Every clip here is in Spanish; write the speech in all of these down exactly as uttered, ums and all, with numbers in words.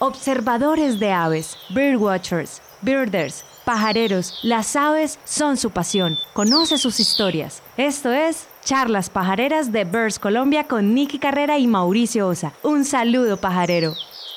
Observadores de aves, birdwatchers, birders, pajareros, las aves son su pasión. Conoce sus historias. Esto es Charlas Pajareras de Birds Colombia con Nicky Carrera y Mauricio Osa. Un saludo pajarero.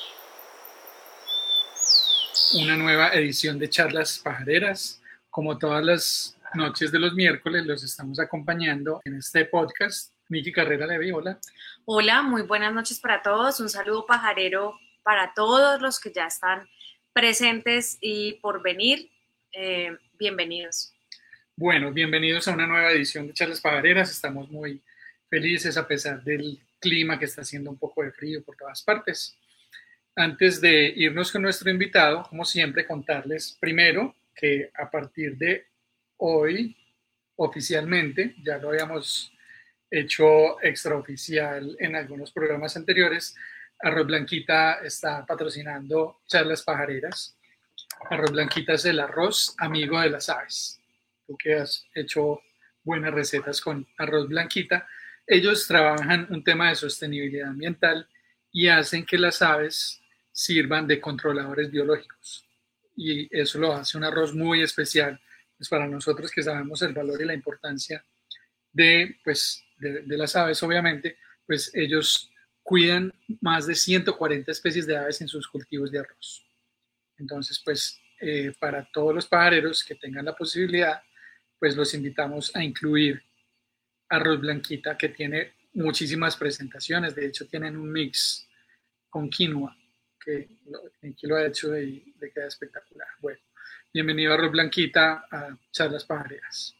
Una nueva edición de Charlas Pajareras. Como todas las noches de los miércoles, los estamos acompañando en este podcast. Nicky Carrera, Levi, hola. Hola, muy buenas noches para todos. Un saludo pajarero para todos los que ya están presentes y por venir. Eh, bienvenidos. Bueno, bienvenidos a una nueva edición de Charlas Pajareras. Estamos muy felices a pesar del clima que está haciendo un poco de frío por todas partes. Antes de irnos con nuestro invitado, como siempre, contarles primero que a partir de hoy, oficialmente, ya lo habíamos hecho extraoficial en algunos programas anteriores, Arroz Blanquita está patrocinando Charlas Pajareras. Arroz Blanquita es el arroz amigo de las aves. Tú que has hecho buenas recetas con Arroz Blanquita. Ellos trabajan un tema de sostenibilidad ambiental y hacen que las aves sirvan de controladores biológicos. Y eso lo hace un arroz muy especial pues para nosotros que sabemos el valor y la importancia de, pues, de, de las aves, obviamente, pues ellos cuidan más de ciento cuarenta especies de aves en sus cultivos de arroz. Entonces, pues, eh, para todos los pajareros que tengan la posibilidad, pues los invitamos a incluir Arroz Blanquita, que tiene muchísimas presentaciones. De hecho, tienen un mix con quinoa, que aquí lo ha hecho y le queda espectacular. Bueno, bienvenido a Arroz Blanquita a Charlas Pajareras.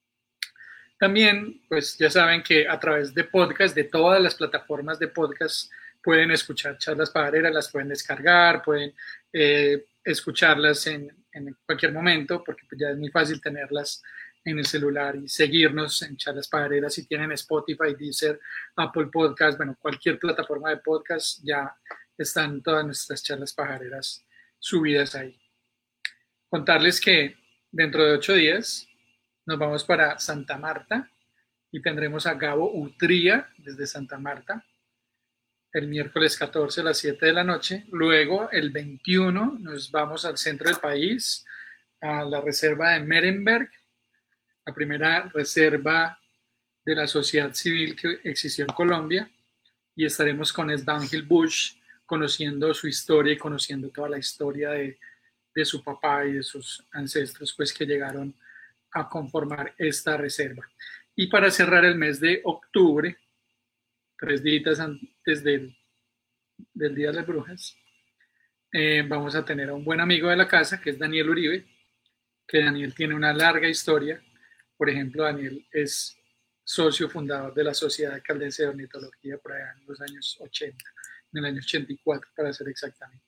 También, pues ya saben que a través de podcast, de todas las plataformas de podcast, pueden escuchar Charlas Pajareras, las pueden descargar, pueden eh, escucharlas en, en cualquier momento, porque pues, ya es muy fácil tenerlas en el celular y seguirnos en Charlas Pajareras. Si tienen Spotify, Deezer, Apple Podcast, bueno, cualquier plataforma de podcast, ya están todas nuestras Charlas Pajareras subidas ahí. Contarles que dentro de ocho días nos vamos para Santa Marta y tendremos a Gabo Utría desde Santa Marta el miércoles catorce a las siete de la noche. Luego, el veintiuno, nos vamos al centro del país, a la reserva de Merenberg, la primera reserva de la sociedad civil que existió en Colombia, y estaremos con Svanhild Busch conociendo su historia y conociendo toda la historia de, de su papá y de sus ancestros pues, que llegaron a conformar esta reserva. Y para cerrar el mes de octubre, tres días antes del, del Día de las Brujas, eh, vamos a tener a un buen amigo de la casa, que es Daniel Uribe, que Daniel tiene una larga historia. Por ejemplo, Daniel es socio fundador de la Sociedad Caldense de Ornitología por allá en los años ochenta, en el año ochenta y cuatro para ser exactamente.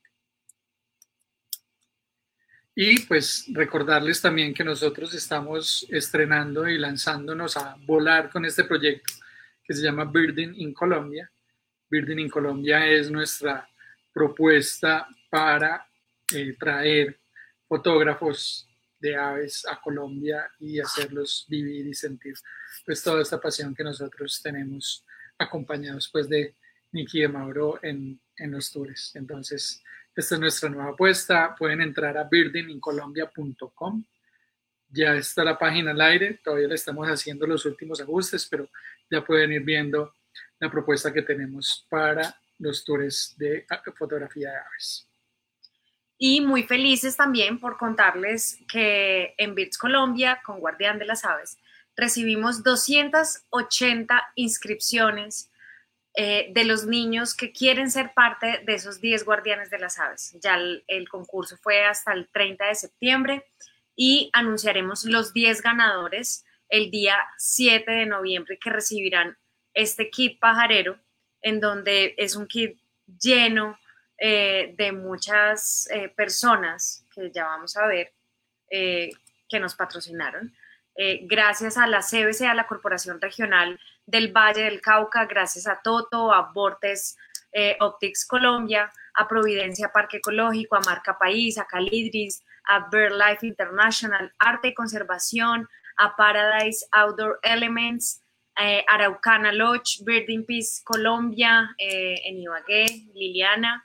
Y pues recordarles también que nosotros estamos estrenando y lanzándonos a volar con este proyecto que se llama Birding in Colombia. Birding in Colombia es nuestra propuesta para eh, traer fotógrafos de aves a Colombia y hacerlos vivir y sentir pues toda esta pasión que nosotros tenemos acompañados pues de Nicky y de Mauro en, en los tours. Entonces, esta es nuestra nueva apuesta. Pueden entrar a birding in colombia punto com. Ya está la página al aire. Todavía le estamos haciendo los últimos ajustes, pero ya pueden ir viendo la propuesta que tenemos para los tours de fotografía de aves. Y muy felices también por contarles que en Birds Colombia, con Guardián de las Aves, recibimos doscientas ochenta inscripciones Eh, de los niños que quieren ser parte de esos diez guardianes de las aves. Ya el, el concurso fue hasta el treinta de septiembre y anunciaremos los diez ganadores el día siete de noviembre que recibirán este kit pajarero, en donde es un kit lleno eh, de muchas eh, personas que ya vamos a ver eh, que nos patrocinaron. Eh, gracias a la C B C, a la Corporación Regional del Valle del Cauca, gracias a Toto, a Vortex eh, Optics Colombia, a Providencia Parque Ecológico, a Marca País, a Calidris, a BirdLife International, Arte y Conservación, a Paradise Outdoor Elements, eh, Araucana Lodge, Birding Peace Colombia, eh, en Ibagué, Liliana,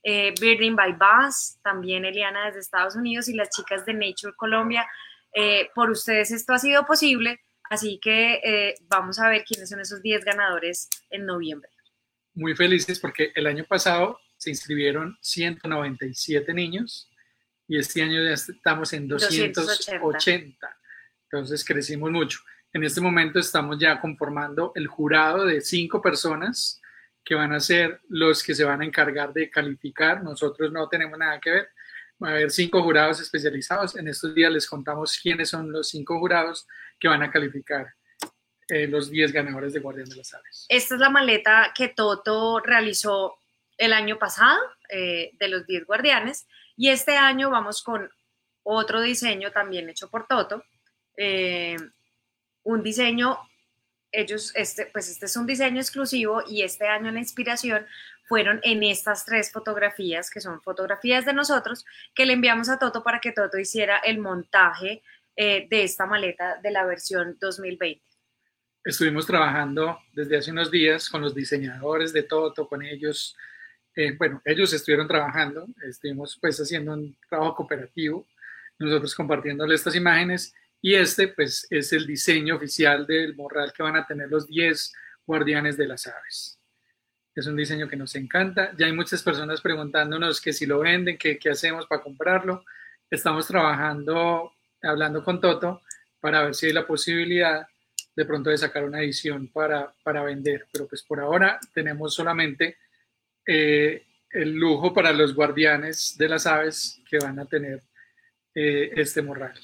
eh, Birding by Buzz, también Eliana desde Estados Unidos y las chicas de Nature Colombia. Eh, por ustedes esto ha sido posible, así que eh, vamos a ver quiénes son esos diez ganadores en noviembre. Muy felices porque el año pasado se inscribieron ciento noventa y siete niños y este año ya estamos en doscientos ochenta. Entonces crecimos mucho. En este momento estamos ya conformando el jurado de cinco personas que van a ser los que se van a encargar de calificar. Nosotros no tenemos nada que ver. Va a haber cinco jurados especializados. En estos días les contamos quiénes son los cinco jurados que van a calificar eh, los diez ganadores de Guardián de las Aves. Esta es la maleta que Toto realizó el año pasado eh, de los diez guardianes y este año vamos con otro diseño también hecho por Toto. Eh, un diseño, ellos, este, pues este es un diseño exclusivo y este año la inspiración fueron en estas tres fotografías, que son fotografías de nosotros, que le enviamos a Toto para que Toto hiciera el montaje eh, de esta maleta de la versión dos mil veinte. Estuvimos trabajando desde hace unos días con los diseñadores de Toto, con ellos, eh, bueno, ellos estuvieron trabajando, estuvimos pues haciendo un trabajo cooperativo, nosotros compartiéndole estas imágenes, y este pues es el diseño oficial del morral que van a tener los diez guardianes de las aves. Es un diseño que nos encanta. Ya hay muchas personas preguntándonos que si lo venden, que qué hacemos para comprarlo. Estamos trabajando, hablando con Toto para ver si hay la posibilidad de pronto de sacar una edición para, para vender. Pero pues por ahora tenemos solamente eh, el lujo para los guardianes de las aves que van a tener eh, este morral.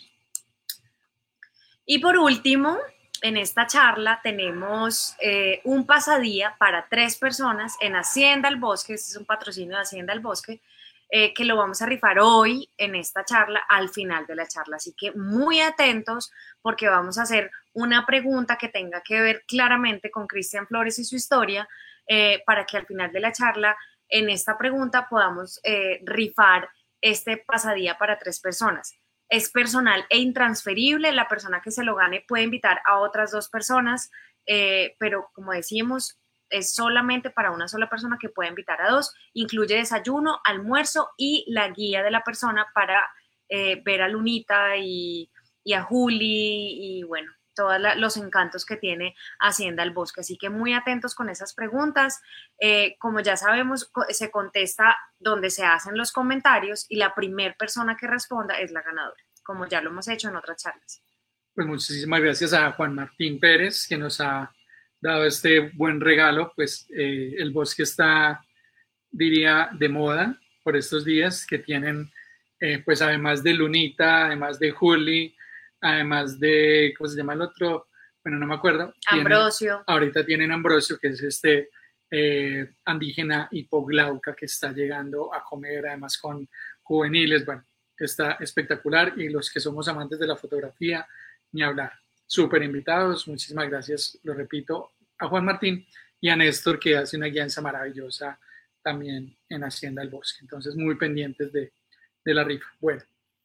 Y por último, en esta charla tenemos eh, un pasadía para tres personas en Hacienda El Bosque. Este es un patrocinio de Hacienda El Bosque, eh, que lo vamos a rifar hoy en esta charla, al final de la charla. Así que muy atentos porque vamos a hacer una pregunta que tenga que ver claramente con Cristian Flores y su historia, eh, para que al final de la charla, en esta pregunta, podamos eh, rifar este pasadía para tres personas. Es personal e intransferible. La persona que se lo gane puede invitar a otras dos personas, eh, pero como decimos, es solamente para una sola persona que puede invitar a dos. Incluye desayuno, almuerzo y la guía de la persona para eh, ver a Lunita y, y a Juli y bueno, todos los encantos que tiene Hacienda El Bosque. Así que muy atentos con esas preguntas. Eh, como ya sabemos, se contesta donde se hacen los comentarios y la primera persona que responda es la ganadora, como ya lo hemos hecho en otras charlas. Pues muchísimas gracias a Juan Martín Pérez, que nos ha dado este buen regalo. Pues eh, el bosque está, diría, de moda por estos días, que tienen, eh, pues además de Lunita, además de Juli, además de, ¿cómo se llama el otro? Bueno, no me acuerdo. Ambrosio. Tienen, ahorita tienen Ambrosio, que es este eh, andígena hipoglauca que está llegando a comer, además con juveniles. Bueno, está espectacular y los que somos amantes de la fotografía, ni hablar. Súper invitados. Muchísimas gracias, lo repito, a Juan Martín y a Néstor, que hace una guianza maravillosa también en Hacienda El Bosque. Entonces, muy pendientes de, de la rifa. Bueno,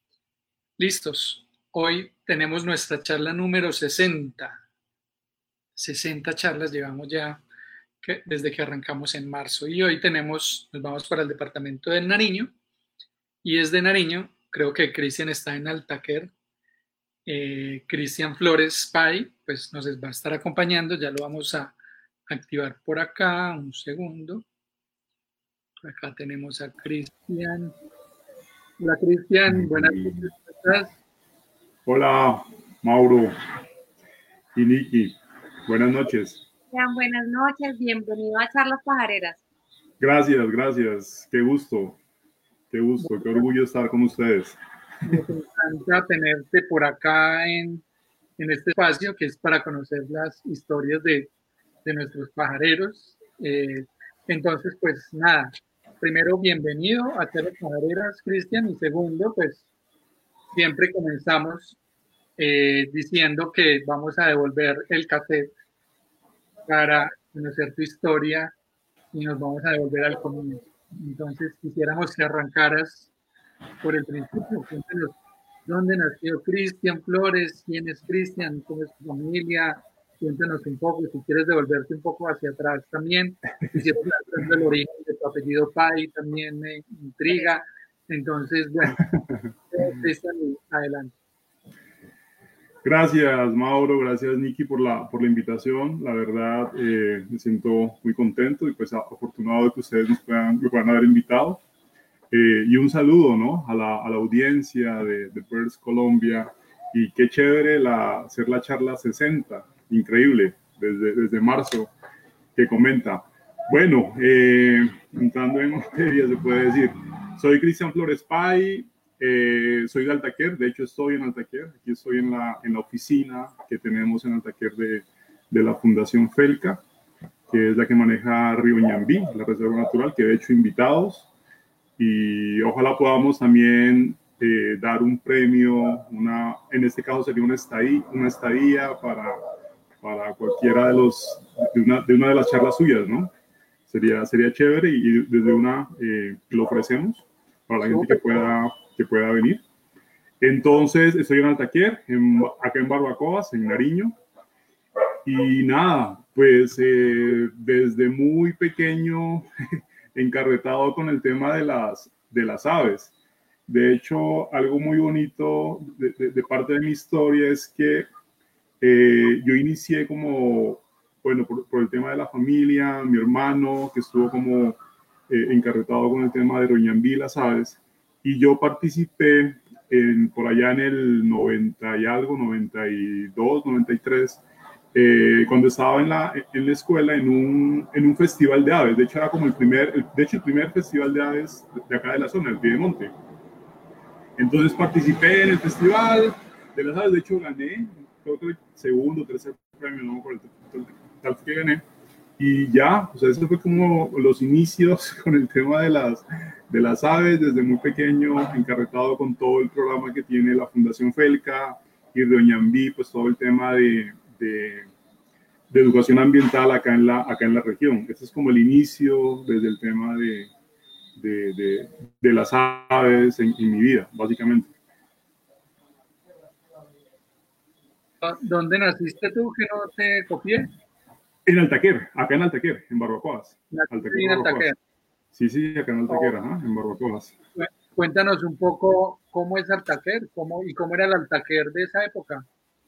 listos. Hoy tenemos nuestra charla número sesenta. sesenta charlas llevamos ya que, desde que arrancamos en marzo. Y hoy tenemos, nos vamos para el departamento del Nariño. Y desde Nariño, creo que Cristian está en Altaquer. Eh, Cristian Flores Pay, pues nos va a estar acompañando. Ya lo vamos a activar por acá. Un segundo. Por acá tenemos a Cristian. Hola Cristian, buenas noches. ¿Cómo estás? Hola, Mauro y Niki. Buenas noches. Buenas noches, bienvenido a Charlas Pajareras. Gracias, gracias. Qué gusto, qué gusto, qué orgullo estar con ustedes. Nos encanta tenerte por acá en, en este espacio que es para conocer las historias de, de nuestros pajareros. Eh, entonces, pues nada, primero, bienvenido a Charlas Pajareras, Cristian, y segundo, pues siempre comenzamos eh, diciendo que vamos a devolver el cassette para conocer tu historia y nos vamos a devolver al comienzo. Entonces quisiéramos que arrancaras por el principio. Cuéntanos dónde nació Cristian Flores, quién es Cristian, cómo es su familia, Cuéntanos un poco, si quieres devolverte un poco hacia atrás también, quisiera hablar del origen de tu apellido Pai, también me intriga. Entonces, bueno, adelante. Gracias, Mauro, gracias, Nicky, por la, por la invitación. La verdad, eh, me siento muy contento y pues afortunado de que ustedes nos puedan, me puedan haber invitado. Eh, y un saludo, ¿no? a, la, a la audiencia de, de Birds Colombia. Y qué chévere la, hacer la charla sesenta, increíble, desde, desde marzo, que comenta. Bueno, eh, entrando en materia, se puede decir, soy Cristian Flores Pai, eh, soy de Altaquer, de hecho estoy en Altaquer, aquí estoy en la, en la oficina que tenemos en Altaquer de, de la Fundación Felca, que es la que maneja Río Ñambí, la reserva natural, que de hecho invitados, y ojalá podamos también eh, dar un premio, una, en este caso sería una estadía, una estadía para, para cualquiera de los, de una, de una de las charlas suyas, ¿no? Sería, sería chévere y desde una eh, lo ofrecemos para la gente que pueda, que pueda venir. Entonces, estoy en Altaquer, en, acá en Barbacoas, en Nariño. Y nada, pues eh, desde muy pequeño encarretado con el tema de las, de las aves. De hecho, algo muy bonito de, de, de parte de mi historia es que eh, yo inicié como, bueno, por, por el tema de la familia, mi hermano que estuvo como eh, encarretado con el tema de Roñambí, las aves, y yo participé en, por allá en el noventa y algo, noventa y dos, noventa y tres, eh, cuando estaba en la, en la escuela en un, en un festival de aves. De hecho, era como el primer, el, de hecho, el primer festival de aves de acá de la zona, el Piedemonte. Entonces participé en el festival de las aves, de hecho gané, creo que el segundo o tercer premio, no me acuerdo, tal que gané. Y ya, o sea, eso fue como los inicios con el tema de las, de las aves, desde muy pequeño, encarretado con todo el programa que tiene la Fundación Felca y de Oñambí, pues todo el tema de, de, de educación ambiental acá en, la, acá en la región. Este es como el inicio desde el tema de, de, de, de las aves en, en mi vida, básicamente. ¿Dónde naciste tú que no te copié? En Altaquer, acá en Altaquer, en Barbacoas. Altaquer, en Altaquer. Sí, sí, acá en Altaquer, oh. Ajá, en Barbacoas. Cuéntanos un poco cómo es Altaquer, cómo, y cómo era el Altaquer de esa época.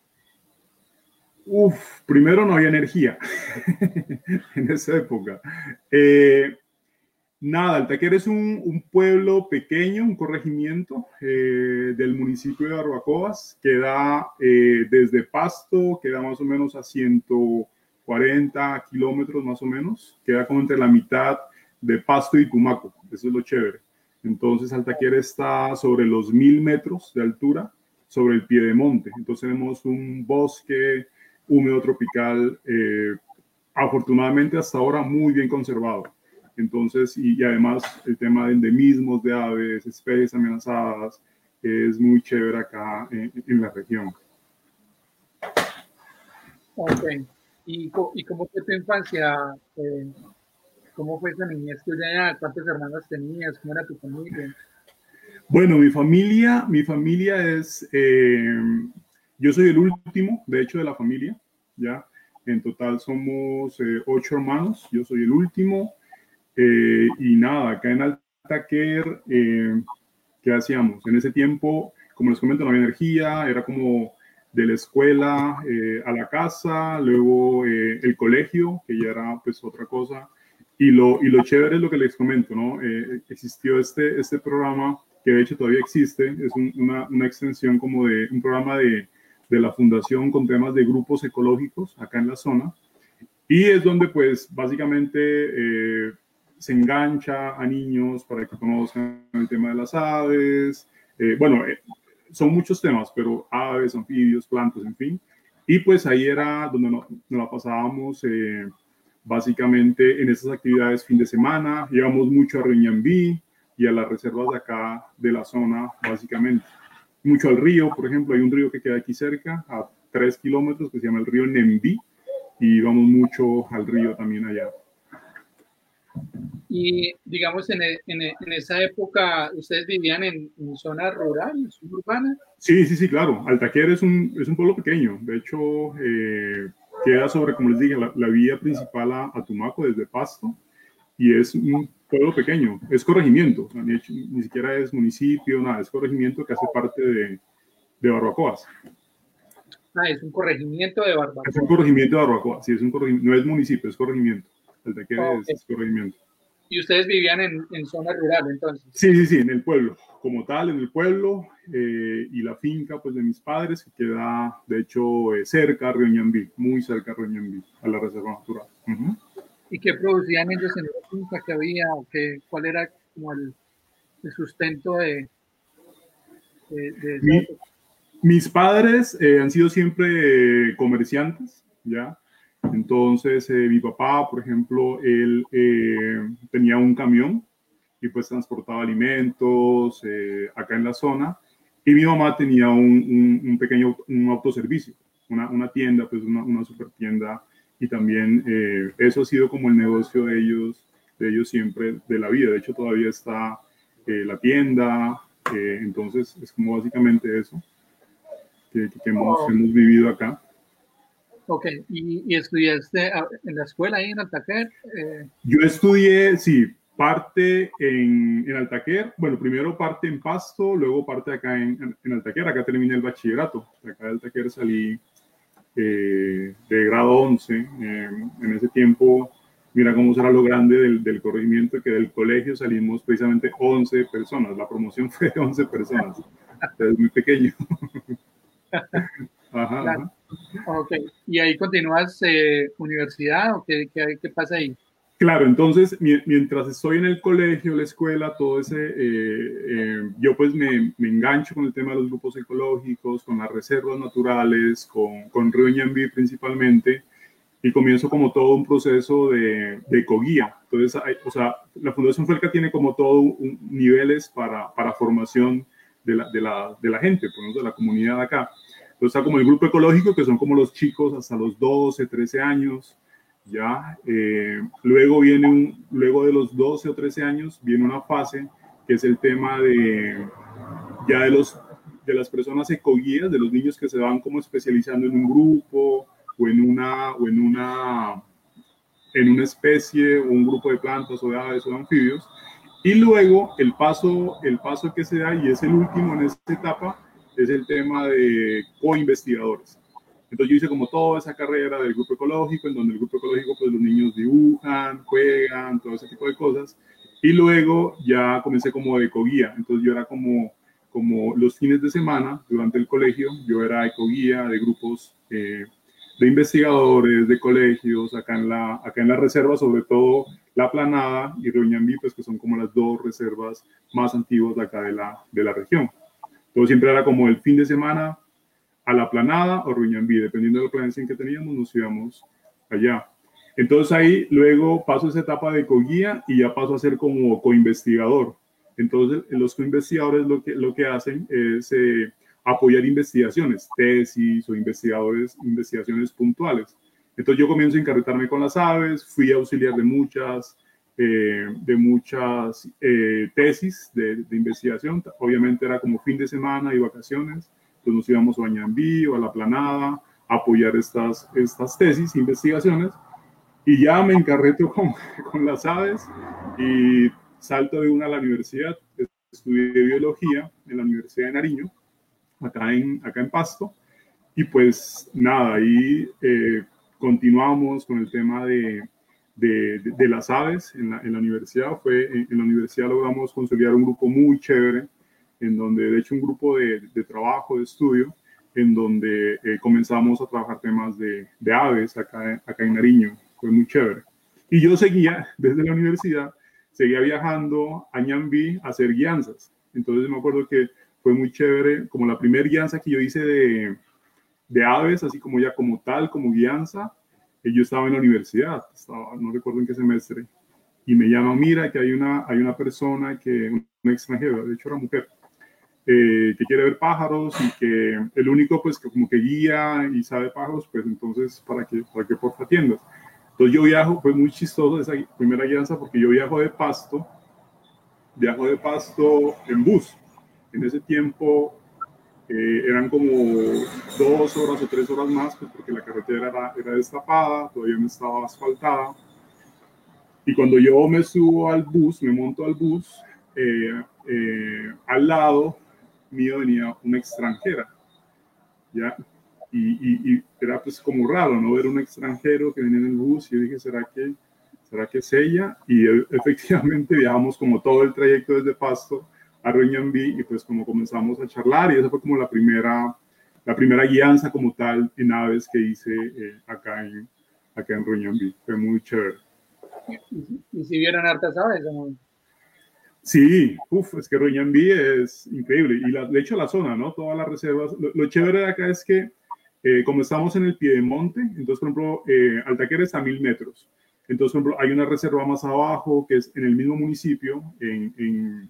Uf, primero no había energía en esa época. Eh, nada, Altaquer es un, un pueblo pequeño, un corregimiento eh, del municipio de Barbacoas, que da eh, desde Pasto, queda más o menos a ciento cuarenta kilómetros más o menos, queda como entre la mitad de Pasto y Tumaco, eso es lo chévere. Entonces Altaquer está sobre los mil metros de altura, sobre el piedemonte, entonces tenemos un bosque húmedo tropical, eh, afortunadamente hasta ahora muy bien conservado. Entonces, y, y además el tema de endemismos de aves, especies amenazadas, es muy chévere acá en, en la región. Ok. ¿Y, ¿Y cómo fue tu infancia? Eh, ¿Cómo fue esa niñez tuya? ¿Cuántas hermanas tenías? ¿Cómo era tu familia? Bueno, mi familia, mi familia es, eh, yo soy el último, de hecho, de la familia, ¿ya? En total somos eh, ocho hermanos, yo soy el último. Eh, y nada, acá en Altaquer, eh, ¿qué hacíamos? En ese tiempo, como les comento, no había energía, era como de la escuela eh, a la casa, luego eh, el colegio, que ya era pues otra cosa. Y lo, y lo chévere es lo que les comento, ¿no? Eh, existió este, este programa, que de hecho todavía existe, es un, una, una extensión como de un programa de, de la fundación con temas de grupos ecológicos acá en la zona. Y es donde pues básicamente eh, se engancha a niños para que conozcan el tema de las aves. Eh, bueno, eh, son muchos temas, pero aves, anfibios, plantas, en fin. Y pues ahí era donde nos, nos la pasábamos eh, básicamente en estas actividades fin de semana. Íbamos mucho a Reñambí y a las reservas de acá de la zona, básicamente. Mucho al río, por ejemplo, hay un río que queda aquí cerca, a tres kilómetros, que se llama el río Nembí, y íbamos mucho al río también allá. Y digamos, en, en, en esa época, ¿ustedes vivían en, en zona rural, en zona urbana? Sí, sí, sí, claro. Altaquer es un, es un pueblo pequeño. De hecho, eh, queda sobre, como les dije, la, la vía principal a, a Tumaco desde Pasto, y es un pueblo pequeño, es corregimiento, o sea, ni, ni siquiera es municipio, nada, es corregimiento que hace parte de, de Barbacoas. Ah, es un corregimiento de Barbacoas. Es un corregimiento de Barbacoas, sí, es un corregimiento, no es municipio, es corregimiento. El de que Oh, es, es corregimiento. ¿Y ustedes vivían en, en zona rural entonces? Sí, sí, sí, en el pueblo, como tal, en el pueblo, eh, y la finca pues de mis padres, que queda de hecho eh, cerca a Río Ñambí, muy cerca a Río Ñambí, a la reserva natural. Uh-huh. ¿Y qué producían ellos en la finca que había? ¿O qué, cuál era como el, el sustento de, de, de Mi, mis padres eh, han sido siempre eh, comerciantes, ¿ya? Entonces, eh, mi papá, por ejemplo, él eh, tenía un camión y pues transportaba alimentos eh, acá en la zona, y mi mamá tenía un, un, un pequeño un autoservicio, una, una tienda, pues una, una super tienda, y también eh, eso ha sido como el negocio de ellos, de ellos siempre, de la vida. De hecho, todavía está eh, la tienda, eh, entonces es como básicamente eso que, que hemos, oh. hemos vivido acá. Ok, ¿y, y estudiaste en la escuela ahí en Altaquer? Eh... Yo estudié, sí, parte en, en Altaquer, bueno, primero parte en Pasto, luego parte acá en, en, en Altaquer, acá terminé el bachillerato, acá de Altaquer salí eh, de grado once, eh, en ese tiempo, mira cómo será lo grande del, del corregimiento, que del colegio salimos precisamente once personas, la promoción fue de once personas, es muy pequeño. Ajá, claro. Ajá. Ok, ¿y ahí continúas eh, universidad o qué, qué, qué pasa ahí? Claro, entonces mientras estoy en el colegio, la escuela, todo ese, eh, eh, yo pues me, me engancho con el tema de los grupos ecológicos, con las reservas naturales, con, con Río Ñambí principalmente, y comienzo como todo un proceso de, de ecoguía. Entonces, hay, o sea, la Fundación Felca tiene como todo un, niveles para, para formación de la, de, la, de la gente, por ejemplo, de la comunidad acá. Entonces está como el grupo ecológico, que son como los chicos hasta los doce, trece años, ya. Eh, luego viene un, luego de los doce o trece años, viene una fase que es el tema de, ya de los, de las personas ecoguías, de los niños que se van como especializando en un grupo, o en una, o en una, en una especie, o un grupo de plantas, o de aves, o de anfibios. Y luego el paso, el paso que se da, y es el último en esta etapa, es el tema de co-investigadores. Entonces yo hice como toda esa carrera del grupo ecológico, en donde el grupo ecológico, pues los niños dibujan, juegan, todo ese tipo de cosas. Y luego ya comencé como ecoguía. Entonces yo era como, como los fines de semana, durante el colegio, yo era ecoguía de grupos eh, de investigadores, de colegios, acá en, la, acá en la reserva, sobre todo La Planada y Río Ñambí, pues que son como las dos reservas más antiguas de acá de la, de la región. Entonces siempre era como el fin de semana a La Planada o Río Ñambí, dependiendo de la planeación que teníamos, nos íbamos allá. Entonces ahí luego paso esa etapa de ecoguía y ya paso a ser como coinvestigador. Entonces los coinvestigadores lo que, lo que hacen es eh, apoyar investigaciones, tesis o investigadores, investigaciones puntuales. Entonces yo comienzo a encarretarme con las aves, fui auxiliar de muchas, eh, de muchas eh, tesis de, de investigación. Obviamente era como fin de semana y vacaciones. Entonces nos íbamos a Ñambí o a La Planada a apoyar estas, estas tesis, investigaciones, y ya me encarreto con, con las aves y salto de una a la universidad. Estudié biología en la Universidad de Nariño, acá en, acá en Pasto, y pues nada, ahí eh, continuamos con el tema de, de, de, de las aves en la, en la universidad. Fue, en, en la universidad logramos consolidar un grupo muy chévere, en donde de hecho un grupo de, de trabajo, de estudio, en donde eh, comenzamos a trabajar temas de, de aves acá, acá en Nariño. Fue muy chévere. Y yo seguía, desde la universidad, seguía viajando a Ñambí a hacer guianzas. Entonces me acuerdo que fue muy chévere, como la primera guianza que yo hice de, de aves, así como ya como tal, como guianza, eh, yo estaba en la universidad, estaba, no recuerdo en qué semestre, y me llaman, mira, que hay una, hay una persona, que, una extranjera, de hecho era mujer, Eh, que quiere ver pájaros y que el único pues que como que guía y sabe pájaros, pues entonces para que, para que porfa atiendas. Entonces yo viajo, fue muy chistoso esa primera guianza porque yo viajo de Pasto, viajo de Pasto en bus. En ese tiempo Eh, eran como dos horas o tres horas más, pues porque la carretera era, era destapada, todavía no estaba asfaltada. Y cuando yo me subo al bus, me monto al bus, eh, eh, al lado mío venía una extranjera, ¿ya? Y, y, y era pues como raro, ¿no? Ver un extranjero que venía en el bus y yo dije, ¿será que, ¿será que es ella? Y efectivamente viajamos como todo el trayecto desde Pasto a Ruñambí y pues como comenzamos a charlar y esa fue como la primera, la primera guianza como tal en aves que hice eh, acá, en, acá en Ruñambí. Fue muy chévere. ¿Y, y si vieron hartas aves? ¿No? Sí, uf, es que Ruñambí es increíble y la, de hecho la zona, ¿no? Todas las reservas. Lo, lo chévere de acá es que eh, como estamos en el piedemonte, entonces por ejemplo eh, Altaquera está a mil metros. Entonces por ejemplo hay una reserva más abajo que es en el mismo municipio, en, en,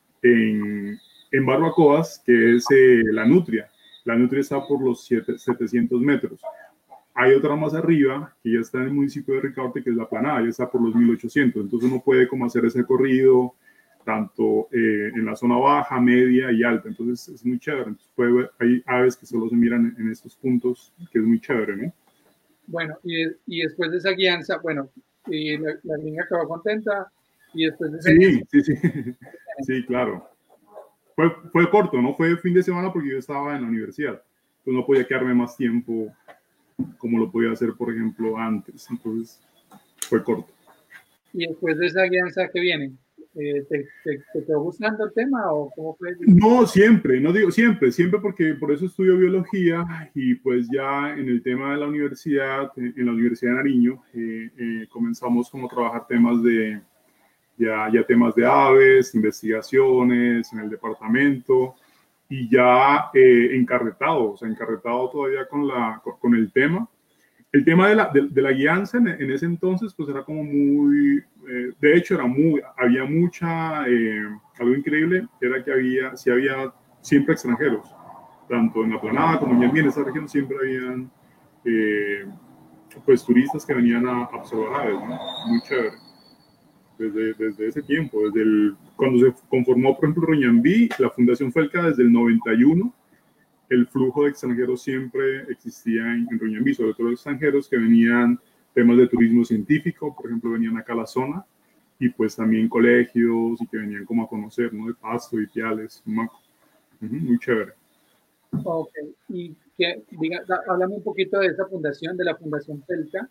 en, en Barbacoas, que es eh, La Nutria. La Nutria está por los siete, setecientos metros. Hay otra más arriba, que ya está en el municipio de Ricaurte, que es La Planada, ya está por los mil ochocientos. Entonces uno puede como hacer ese corrido, tanto eh, en la zona baja, media y alta. Entonces es muy chévere. Entonces, puede, hay aves que solo se miran en, en estos puntos, que es muy chévere, ¿no? Bueno, y, y después de esa guianza, bueno, y la, la niña quedó contenta, y después de esa Sí, guianza, sí, sí. Sí, claro. Fue, fue corto, no fue fin de semana porque yo estaba en la universidad. Entonces no podía quedarme más tiempo como lo podía hacer, por ejemplo, antes. Entonces fue corto. Y después de esa guianza, ¿qué viene? Eh, ¿te, te, ¿Te quedó gustando el tema o cómo fue? No, siempre, no digo siempre, siempre porque por eso estudio biología y pues ya en el tema de la universidad, en la Universidad de Nariño, eh, eh, comenzamos como a trabajar temas de, ya, ya temas de aves, investigaciones en el departamento y ya eh, encarretado, o sea, encarretado todavía con, la, con, con el tema. El tema de la, de, de la guianza en, en ese entonces pues era como muy, eh, de hecho era muy, había mucha, eh, algo increíble era que había, sí había siempre extranjeros, tanto en La Planada como en esa región siempre habían eh, pues turistas que venían a, a observar aves, ¿no? Muy chévere. Desde, desde ese tiempo, desde el, cuando se conformó por ejemplo Ruñambí, la Fundación Felca desde el noventa y uno, el flujo de extranjeros siempre existía en, en Ruñambí, sobre todo extranjeros que venían temas de turismo científico, por ejemplo, venían acá a la zona, y pues también colegios y que venían como a conocer, ¿no? De Pasto y Piales, Maco. Uh-huh, muy chévere. Ok, y que, diga, da, háblame un poquito de esa fundación, de la Fundación Felca.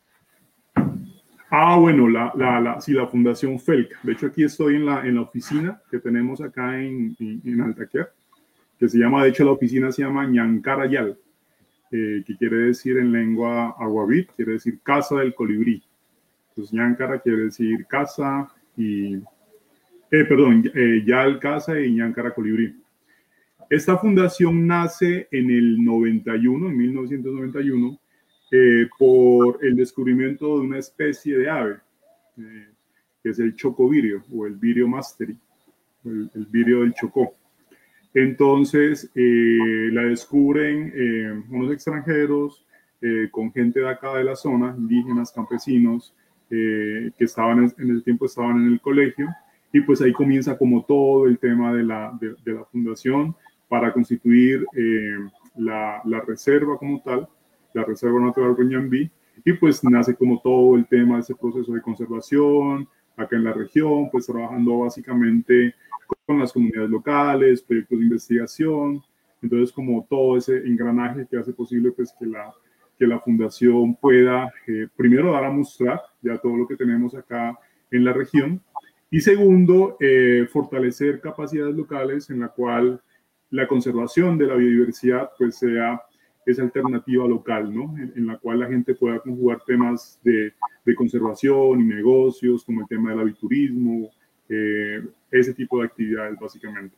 Ah, bueno, la, la, la, sí, la Fundación Felca. De hecho, aquí estoy en la, en la oficina que tenemos acá en, en, en Altaquer, que se llama, de hecho la oficina se llama Ñancarayal, eh, que quiere decir en lengua aguavit, quiere decir casa del colibrí. Entonces Ñancara quiere decir casa y, eh, perdón, eh, Yal casa y Ñancara colibrí. Esta fundación nace en el noventa y uno, en mil novecientos noventa y uno, eh, por el descubrimiento de una especie de ave, eh, que es el chocovirio o el virio masteri, el, el virio del Chocó. Entonces eh, la descubren eh, unos extranjeros eh, con gente de acá de la zona, indígenas, campesinos, eh, que estaban en, en ese tiempo estaban en el colegio, y pues ahí comienza como todo el tema de la, de, de la fundación para constituir eh, la, la reserva como tal, la Reserva Natural Ruñambí, y pues nace como todo el tema de ese proceso de conservación acá en la región, pues trabajando básicamente con las comunidades locales, proyectos de investigación, entonces como todo ese engranaje que hace posible pues que la, que la fundación pueda eh, primero dar a mostrar ya todo lo que tenemos acá en la región y segundo eh, fortalecer capacidades locales en la cual la conservación de la biodiversidad pues sea esa alternativa local, ¿no? En, en la cual la gente pueda conjugar temas de, de conservación y negocios como el tema del aviturismo, eh, ese tipo de actividades básicamente.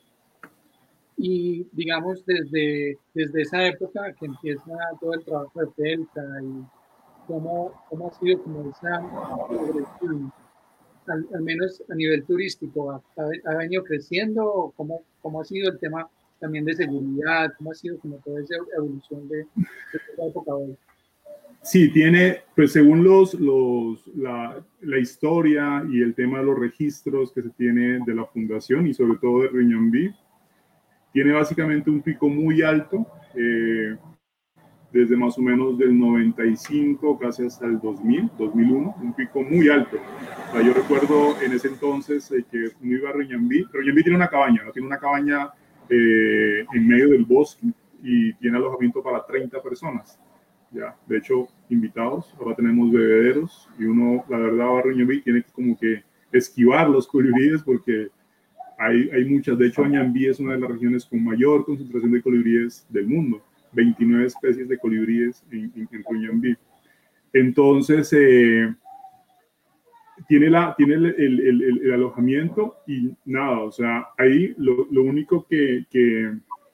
Y digamos, desde, desde esa época que empieza todo el trabajo de Felca y cómo, cómo ha sido como esa progresión, al, al menos a nivel turístico, ¿ha, ha venido creciendo? ¿Cómo, cómo ha sido el tema también de seguridad? ¿Cómo ha sido como toda esa evolución de, de esa época hoy? Sí, tiene, pues según los, los, la, la historia y el tema de los registros que se tiene de la fundación y sobre todo de Ruñambí, tiene básicamente un pico muy alto, eh, desde más o menos del noventa y cinco casi hasta el dos mil, dos mil uno, un pico muy alto. O sea, yo recuerdo en ese entonces eh, que uno iba a Ruñambí. Ruñambí tiene una cabaña, ¿no? Tiene una cabaña eh, en medio del bosque y tiene alojamiento para treinta personas. Ya, de hecho, invitados. Ahora tenemos bebederos y uno, la verdad, va a Ruñambí, tiene que como que esquivar los colibríes porque hay, hay muchas. De hecho, Ruñambí es una de las regiones con mayor concentración de colibríes del mundo. veintinueve especies de colibríes en, en, en Ruñambí. Entonces, eh, tiene, la, tiene el, el, el, el, alojamiento y nada, o sea, ahí lo, lo único que, que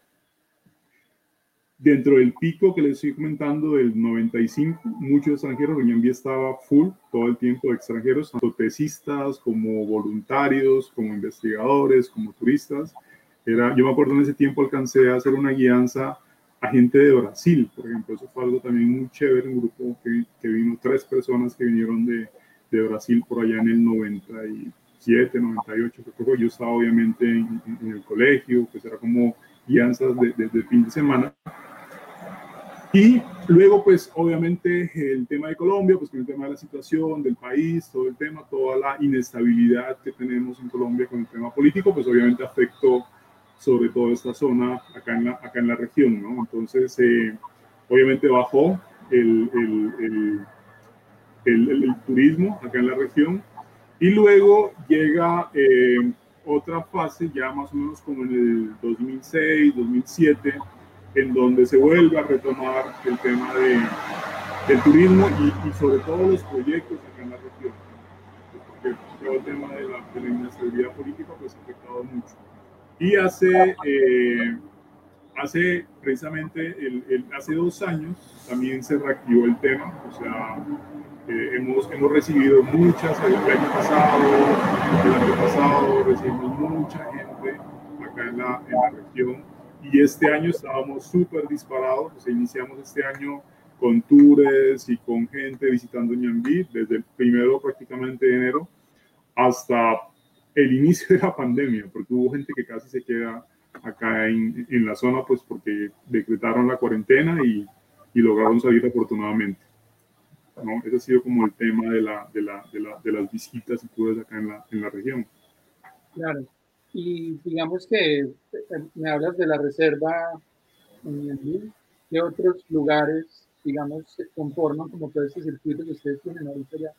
dentro del pico que les estoy comentando del noventa y cinco, muchos extranjeros, Ruñambí estaba full todo el tiempo de extranjeros, tanto tesistas como voluntarios, como investigadores, como turistas. Era, yo me acuerdo en ese tiempo alcancé a hacer una guianza a gente de Brasil, por ejemplo. Eso fue algo también muy chévere, un grupo que, que vino, tres personas que vinieron de, de Brasil por allá en el noventa y siete, noventa y ocho. Creo que yo estaba obviamente en, en el colegio, pues era como guianzas de, de, de fin de semana. Y luego, pues obviamente el tema de Colombia, pues con el tema de la situación del país, todo el tema, toda la inestabilidad que tenemos en Colombia con el tema político, pues obviamente afectó sobre todo esta zona acá en la, acá en la región, ¿no? Entonces, eh, obviamente bajó el, el, el, el, el, el turismo acá en la región y luego llega eh, otra fase ya más o menos como en el dos mil seis, dos mil siete, en donde se vuelve a retomar el tema de, del turismo y, y sobre todo los proyectos acá en la región, porque todo el tema de la, de la inestabilidad política pues ha afectado mucho. Y hace, eh, hace precisamente, el, el, hace dos años también se reactivó el tema, o sea, eh, hemos, hemos recibido muchas, el año pasado, el año pasado recibimos mucha gente acá en la, en la región y este año estábamos súper disparados, o sea, iniciamos este año con tours y con gente visitando Ñambí desde el primero prácticamente de enero hasta el inicio de la pandemia, porque hubo gente que casi se queda acá en, en la zona, pues porque decretaron la cuarentena y, y lograron salir afortunadamente, ¿no? Ese ha sido como el tema de, la, de, la, de, la, de las visitas y tours acá en la, en la región. Claro, y digamos que me hablas de la reserva en Ñambí, ¿qué otros lugares, digamos, se conforman como todo este circuito que ustedes tienen ahorita ya?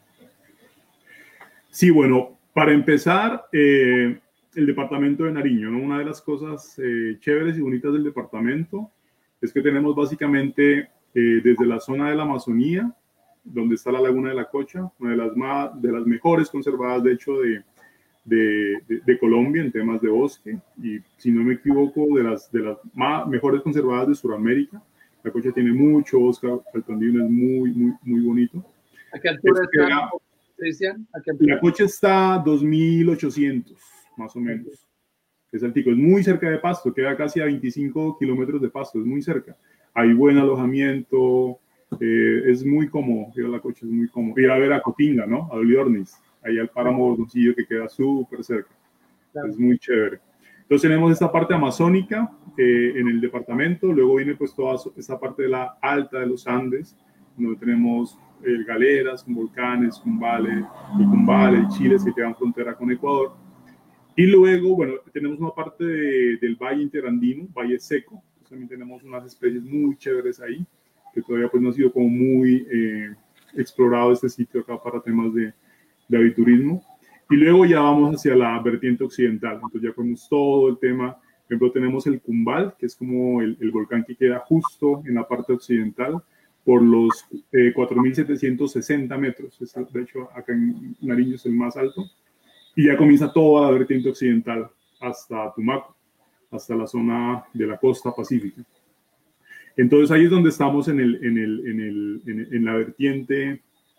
Sí, bueno, para empezar, eh, el departamento de Nariño, ¿no? Una de las cosas eh, chéveres y bonitas del departamento es que tenemos básicamente eh, desde la zona de la Amazonía, donde está la Laguna de la Cocha, una de las, más, de las mejores conservadas, de hecho, de, de, de, de Colombia en temas de bosque, y si no me equivoco, de las, de las más, mejores conservadas de Sudamérica. La Cocha tiene mucho bosque, Altandino es muy, muy, muy bonito. ¿A qué altura está? Era, Cristian, la Cocha está a dos mil ochocientos, más o menos. Es altico, es muy cerca de Pasto, queda casi a veinticinco kilómetros de Pasto, es muy cerca. Hay buen alojamiento, eh, es muy cómodo, ir a la Cocha es muy cómodo. Ir a ver a Cotinga, ¿no? A Oliornis, ahí al páramo Bordoncillo que queda súper cerca. Claro. Es muy chévere. Entonces tenemos esta parte amazónica eh, en el departamento, luego viene pues toda esta parte de la alta de los Andes, donde tenemos eh, galeras, con volcanes, Cumbale, y Cumbale, y Chile, que quedan frontera con Ecuador. Y luego, bueno, tenemos una parte de, del Valle Interandino, Valle Seco. Pues también tenemos unas especies muy chéveres ahí, que todavía pues no ha sido como muy eh, explorado este sitio acá para temas de, de aviturismo. Y luego ya vamos hacia la vertiente occidental. Entonces ya tenemos todo el tema. Por ejemplo, tenemos el Cumbal, que es como el, el volcán que queda justo en la parte occidental, por los eh, cuatro mil setecientos sesenta metros. Es, de hecho, acá en Nariño es el más alto. Y ya comienza toda la vertiente occidental hasta Tumaco, hasta la zona de la costa pacífica. Entonces ahí es donde estamos en, el, en, el, en, el, en, en la vertiente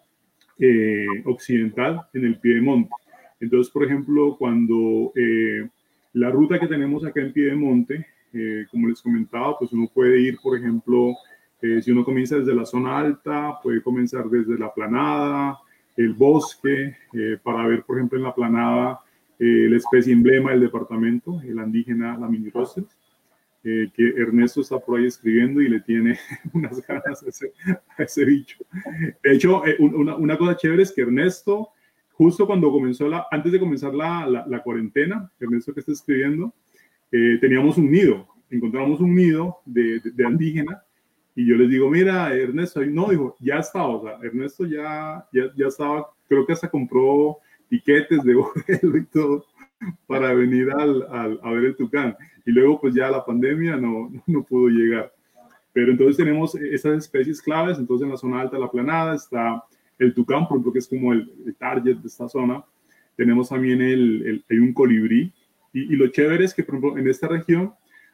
eh, occidental, en el Piedemonte. Entonces, por ejemplo, cuando eh, la ruta que tenemos acá en Piedemonte, eh, como les comentaba, pues uno puede ir, por ejemplo, eh, si uno comienza desde la zona alta, puede comenzar desde la planada, el bosque, eh, para ver, por ejemplo, en la planada eh, la especie emblema del departamento, el andígena Laminirostris, eh, que Ernesto está por ahí escribiendo y le tiene unas ganas a ese, a ese bicho. De hecho, eh, una, una cosa chévere es que Ernesto, justo cuando comenzó la, antes de comenzar la, la, la cuarentena, Ernesto que está escribiendo, eh, teníamos un nido, encontramos un nido de, de, de andígena, y yo les digo, mira, Ernesto, no, dijo, ya estaba, o sea, Ernesto ya, ya, ya estaba, creo que hasta compró tiquetes de vuelo y todo para venir al, al, a ver el tucán. Y luego, pues ya la pandemia no, no pudo llegar. Pero entonces tenemos esas especies claves. Entonces en la zona alta de la Planada está el tucán, por ejemplo, que es como el, el target de esta zona. Tenemos también el, el, hay un colibrí. Y, y lo chévere es que, por ejemplo, en esta región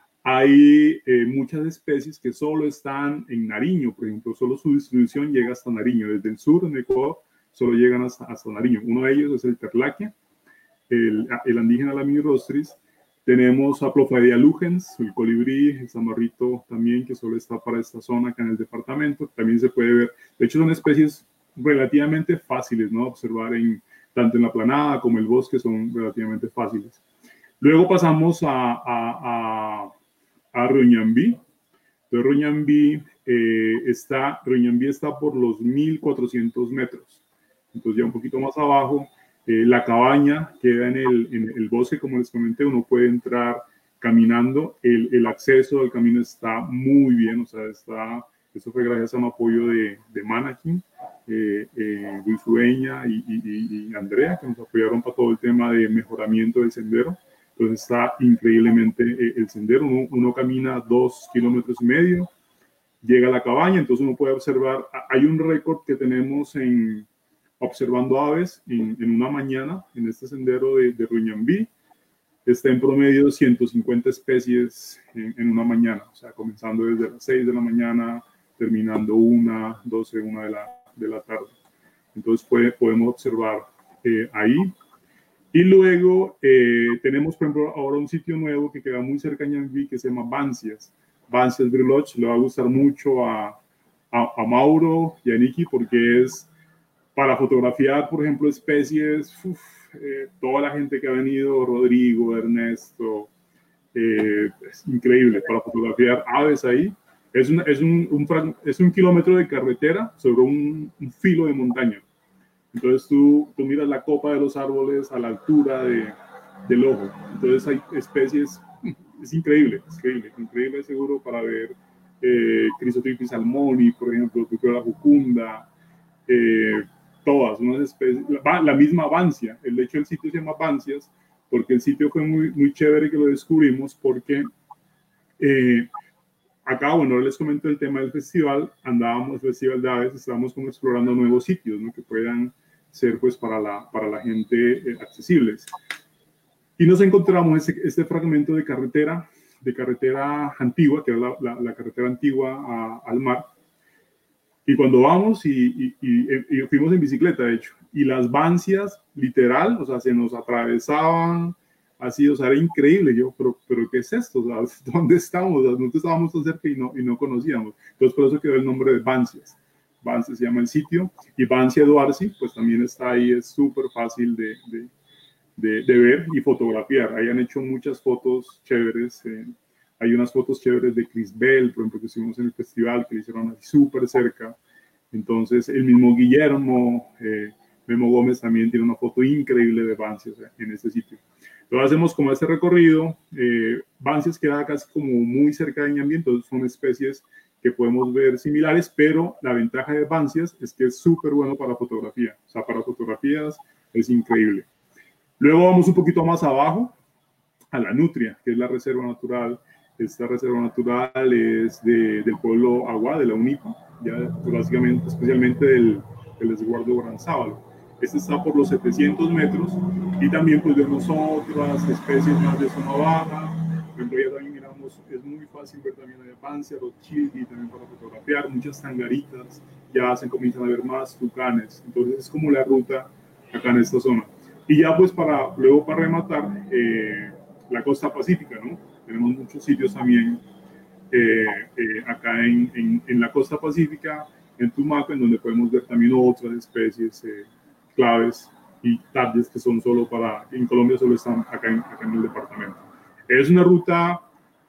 hay eh, muchas especies que solo están en Nariño, por ejemplo, solo su distribución llega hasta Nariño. Desde el sur, en Ecuador, solo llegan hasta, hasta Nariño. Uno de ellos es el terláquea, el, el andígena Laminirostris. Tenemos a Plophaidea lugens, el colibrí, el zamarrito también, que solo está para esta zona acá en el departamento. También se puede ver, de hecho son especies relativamente fáciles, ¿no? Observar en, tanto en la planada como el bosque son relativamente fáciles. Luego pasamos a, a, a a Ruñambí. Entonces Ruñambí, eh, está, Ruñambí está por los mil cuatrocientos metros. Entonces ya un poquito más abajo, eh, la cabaña queda en el, en el bosque, como les comenté, uno puede entrar caminando. El, el acceso al camino está muy bien, o sea, está, eso fue gracias a un apoyo de, de Manakin, eh, eh, Luis Ubeña y, y, y Andrea, que nos apoyaron para todo el tema de mejoramiento del sendero. Entonces está increíblemente eh, el sendero. Uno, uno camina dos kilómetros y medio, llega a la cabaña, entonces uno puede observar. Hay un récord que tenemos en observando aves en, en una mañana en este sendero de, de Ruñambí. Está en promedio ciento cincuenta especies en, en una mañana, o sea, comenzando desde las seis de la mañana, terminando una, doce, una de la, de la tarde. Entonces puede, podemos observar eh, ahí. Y luego eh, tenemos, por ejemplo, ahora un sitio nuevo que queda muy cerca de Ñambí, que se llama Bancias. Bancias Brilloch, le va a gustar mucho a, a, a Mauro y a Niki, porque es para fotografiar, por ejemplo, especies. Uf, eh, toda la gente que ha venido, Rodrigo, Ernesto, eh, es increíble para fotografiar aves ahí. Es un, es un, un, es un kilómetro de carretera sobre un, un filo de montaña. Entonces tú, tú miras la copa de los árboles a la altura de, del ojo. Entonces hay especies, es increíble, es increíble, increíble seguro para ver eh, Chrysotrypis salmoni, por ejemplo, Picrola jucunda, eh, todas, unas especies, la, la misma Bancia. De hecho el sitio se llama Bancias porque el sitio fue muy, muy chévere que lo descubrimos porque eh, acá, bueno, les comento el tema del festival, andábamos, el Festival de Aves, estábamos como explorando nuevos sitios, ¿no? Que puedan ser pues para la, para la gente eh, accesibles. Y nos encontramos este, este fragmento de carretera, de carretera antigua, que era la, la, la carretera antigua a, al mar. Y cuando vamos, y, y, y, y fuimos en bicicleta, de hecho, y las Bancias, literal, o sea, se nos atravesaban, así, o sea, era increíble. Yo, pero, pero ¿qué es esto? O sea, ¿dónde estamos? O sea, nosotros estábamos tan cerca y no, y no conocíamos. Entonces, por eso quedó el nombre de Bancias. Bancias se llama el sitio. Y Bancia Duarci, pues también está ahí, es súper fácil de, de, de, de ver y fotografiar. Ahí han hecho muchas fotos chéveres. Eh, hay unas fotos chéveres de Chris Bell, por ejemplo, que estuvimos en el festival, que le hicieron así súper cerca. Entonces, el mismo Guillermo, eh, Memo Gómez también tiene una foto increíble de Bancias en este sitio. Entonces hacemos como este recorrido. eh, Bancias queda casi como muy cerca de Ñambí, entonces son especies que podemos ver similares, pero la ventaja de Bancias es que es súper bueno para fotografía, o sea, para fotografías es increíble. Luego vamos un poquito más abajo, a la Nutria, que es la reserva natural. Esta reserva natural es de, del pueblo Aguá, de la UNIPA, ya básicamente, especialmente del, del resguardo Guaranzábalo. Este está por los setecientos metros y también pues vemos otras especies más de zona baja. Por ejemplo, ya también miramos, es muy fácil ver también la Bancia, los chilgi también para fotografiar, muchas tangaritas, ya se comienzan a ver más tucanes. Entonces es como la ruta acá en esta zona. Y ya pues para, luego para rematar, eh, la costa pacífica, ¿no? Tenemos muchos sitios también eh, eh, acá en, en, en la costa pacífica, en Tumaco, en donde podemos ver también otras especies eh, claves y tardes que son solo para, en Colombia solo están acá en, acá en el departamento. Es una ruta,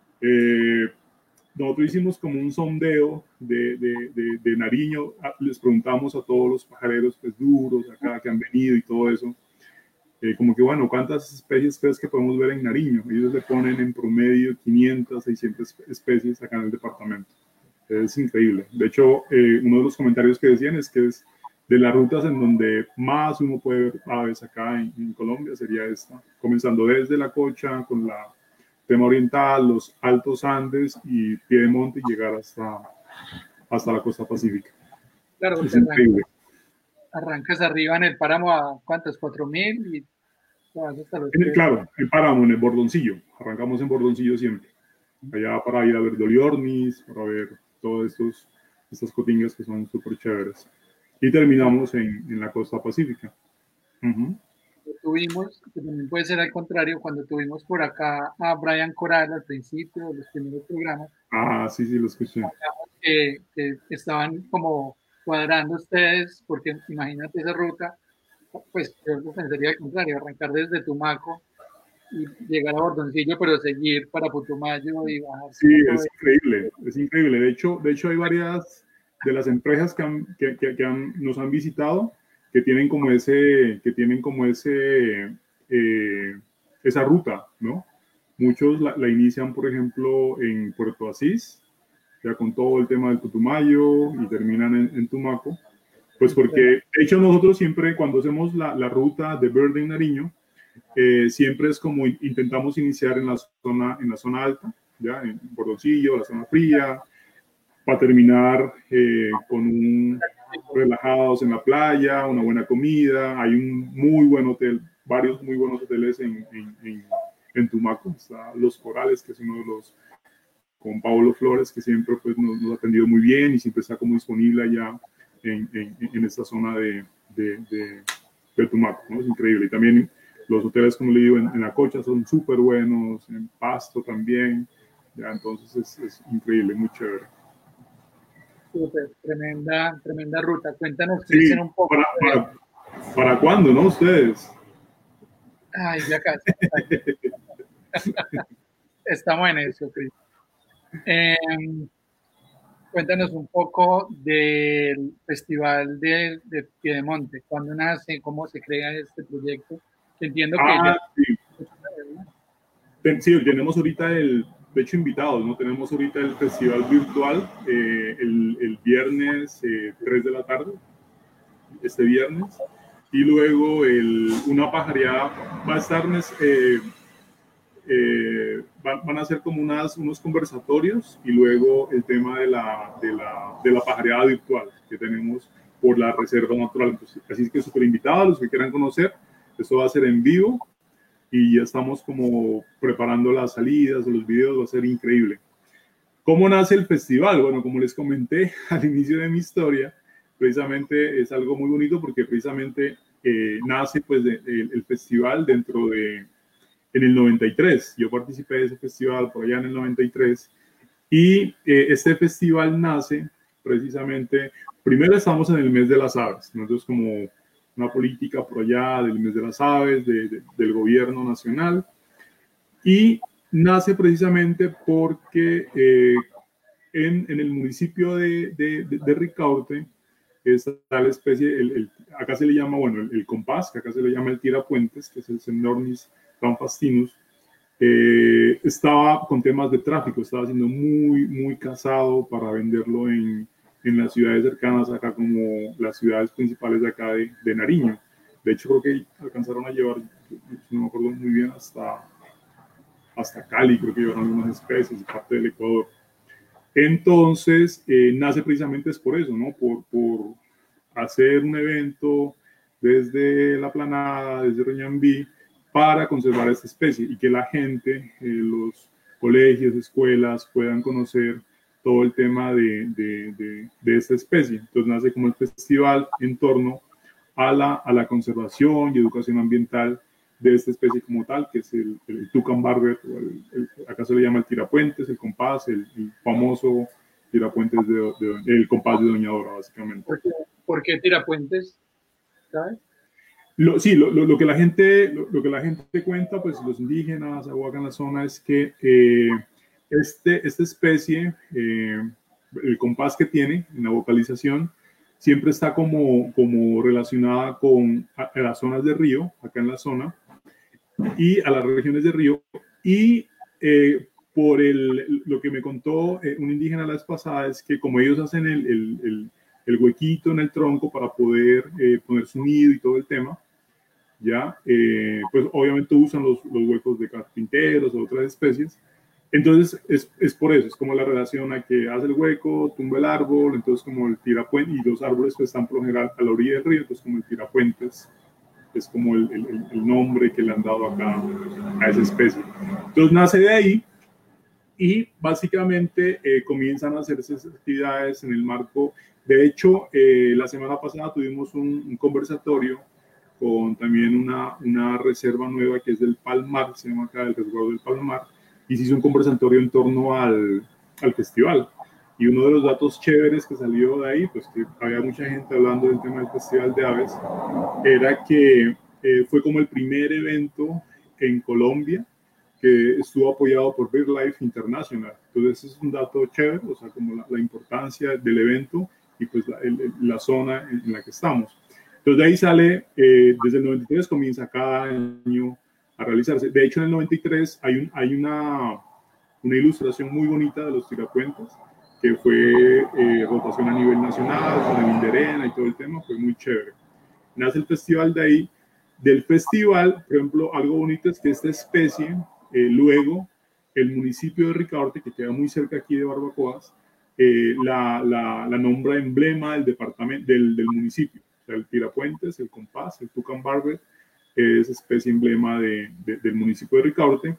eh, nosotros hicimos como un sondeo de, de, de, de Nariño, les preguntamos a todos los pajareros pues, duros acá que han venido y todo eso, eh, como que bueno, ¿cuántas especies crees que podemos ver en Nariño? Ellos le ponen en promedio quinientas, seiscientas especies acá en el departamento. Es increíble. De hecho, eh, uno de los comentarios que decían es que es de las rutas en donde más uno puede ver aves acá en, en Colombia, sería esta, comenzando desde la Cocha, con la tema oriental, los Altos Andes y Piedemonte, y llegar hasta, hasta la costa pacífica. Claro, es increíble. Arrancas arriba en el páramo a ¿cuántos? cuatro mil y vas hasta los en el, claro, el páramo, en el Bordoncillo. Arrancamos en Bordoncillo siempre. Allá para ir a ver Doliornis, para ver todas estas cotingas que son súper chéveres. Y terminamos en, en la costa pacífica. Uh-huh. Tuvimos, que también puede ser al contrario, cuando tuvimos por acá a Brian Coral al principio de los primeros programas. Ah, sí, sí, lo escuché. Que, que estaban como cuadrando ustedes, porque imagínate esa ruta, pues yo pensaría al contrario, arrancar desde Tumaco y llegar a Bordoncillo, pero seguir para Putumayo y bajar. Sí, es increíble, es increíble. De hecho, de hecho hay varias de las empresas que, han, que, que, que han, nos han visitado que tienen como ese, que tienen como ese, eh, esa ruta, ¿no? Muchos la, la inician, por ejemplo, en Puerto Asís, ya con todo el tema del Putumayo y terminan en, en Tumaco. Pues porque, de hecho, nosotros siempre cuando hacemos la, la ruta de Birding Nariño, eh, siempre es como intentamos iniciar en la zona, en la zona alta, ya en Bordoncillo, la zona fría, para terminar eh, con un relajados en la playa, una buena comida. Hay un muy buen hotel, varios muy buenos hoteles en, en, en, en Tumaco. Está Los Corales, que es uno de los, con Pablo Flores, que siempre pues, nos, nos ha atendido muy bien y siempre está como disponible allá en, en, en esta zona de, de, de, de Tumaco, ¿no? Es increíble. Y también los hoteles, como le digo, en, en La Cocha son súper buenos, en Pasto también. Ya, entonces es, es increíble, muy chévere. Súper, tremenda, tremenda ruta. Cuéntanos, sí, Cristian, un poco. ¿Para, para, para cuándo, no? Ustedes. Ay, ya casi. Estamos en eso, Cristian. Eh, cuéntanos un poco del Festival de, de Piedemonte. ¿Cuándo nace? ¿Cómo se crea este proyecto? Entiendo que ah, ya... sí. sí, tenemos ahorita el... De hecho, invitados, ¿no? Tenemos ahorita el festival virtual eh, el, el viernes eh, tres de la tarde, este viernes, y luego el, una pajareada va a estar, eh, eh, van, van a ser como unas, unos conversatorios y luego el tema de la, de la, de la pajareada virtual que tenemos por la Reserva Natural. Entonces, así es que súper invitados, los que quieran conocer, esto va a ser en vivo. Y ya estamos como preparando las salidas, los videos, va a ser increíble. ¿Cómo nace el festival? Bueno, como les comenté al inicio de mi historia, precisamente es algo muy bonito porque precisamente eh, nace pues de, de, el festival dentro de, en el noventa y tres. Yo participé de ese festival por allá en el noventa y tres y eh, este festival nace precisamente, primero estamos en el mes de las aves, nosotros como una política por allá del mes de las aves, de, de, del gobierno nacional, y nace precisamente porque eh, en, en el municipio de, de, de, de Ricaurte está la especie, el, el, acá se le llama, bueno, el, el compás, que acá se le llama el tirapuentes, que es el Semnornis rampastinus, eh, estaba con temas de tráfico, estaba siendo muy, muy cazado para venderlo en en las ciudades cercanas acá como las ciudades principales de acá de, de Nariño. De hecho, creo que alcanzaron a llevar, no me acuerdo muy bien, hasta, hasta Cali, creo que llevaron algunas especies, parte del Ecuador. Entonces, eh, nace precisamente es por eso, ¿no? Por, por hacer un evento desde la Planada, desde Roñambí, para conservar esta especie y que la gente, eh, los colegios, escuelas, puedan conocer todo el tema de, de, de, de esta especie. Entonces nace como el festival en torno a la, a la conservación y educación ambiental de esta especie como tal, que es el, el Tucan Barber, o el, el, acá se le llama el tirapuentes, el compás, el, el famoso tirapuentes, de, de, el compás de Doña Dora, básicamente. ¿Por qué, ¿Por qué tirapuentes? ¿Sabes? Lo, sí, lo, lo, lo, que la gente, lo, lo que la gente cuenta, pues los indígenas o acá en la zona, es que eh, este, esta especie, eh, el compás que tiene en la vocalización, siempre está como, como relacionada con a, a las zonas de río, acá en la zona, y a las regiones de río, y eh, por el, lo que me contó eh, un indígena la vez pasada, es que como ellos hacen el, el, el, el huequito en el tronco para poder eh, poner su nido y todo el tema, ya, eh, pues obviamente usan los, los huecos de carpinteros o otras especies. Entonces es, es por eso, es como la relación a que hace el hueco, tumba el árbol, entonces como el tirapuente, y los árboles pues están por lo general a la orilla del río, entonces como el tirapuentes es como el, el, el nombre que le han dado acá a esa especie. Entonces nace de ahí y básicamente eh, comienzan a hacerse esas actividades en el marco. De hecho, eh, la semana pasada tuvimos un, un conversatorio con también una, una reserva nueva que es del Palmar, se llama acá el resguardo del Palmar, y se hizo un conversatorio en torno al, al festival. Y uno de los datos chéveres que salió de ahí, pues que había mucha gente hablando del tema del Festival de Aves, era que eh, fue como el primer evento en Colombia que estuvo apoyado por BirdLife International. Entonces es un dato chévere, o sea, como la, la importancia del evento y pues la, el, la zona en, en la que estamos. Entonces de ahí sale, eh, desde el noventa y tres comienza cada año a realizarse. De hecho, en el noventa y tres hay, un, hay una, una ilustración muy bonita de los tirapuentes, que fue eh, rotación a nivel nacional, con el Inderena y todo el tema, fue muy chévere. Nace el festival de ahí. Del festival, por ejemplo, algo bonito es que esta especie, eh, luego, el municipio de Ricaurte, que queda muy cerca aquí de Barbacoas, eh, la, la, la nombra emblema del departamento, del, del municipio. O sea, el tirapuentes, el compás, el tucán barber, es especie emblema de, de, del municipio de Ricaurte.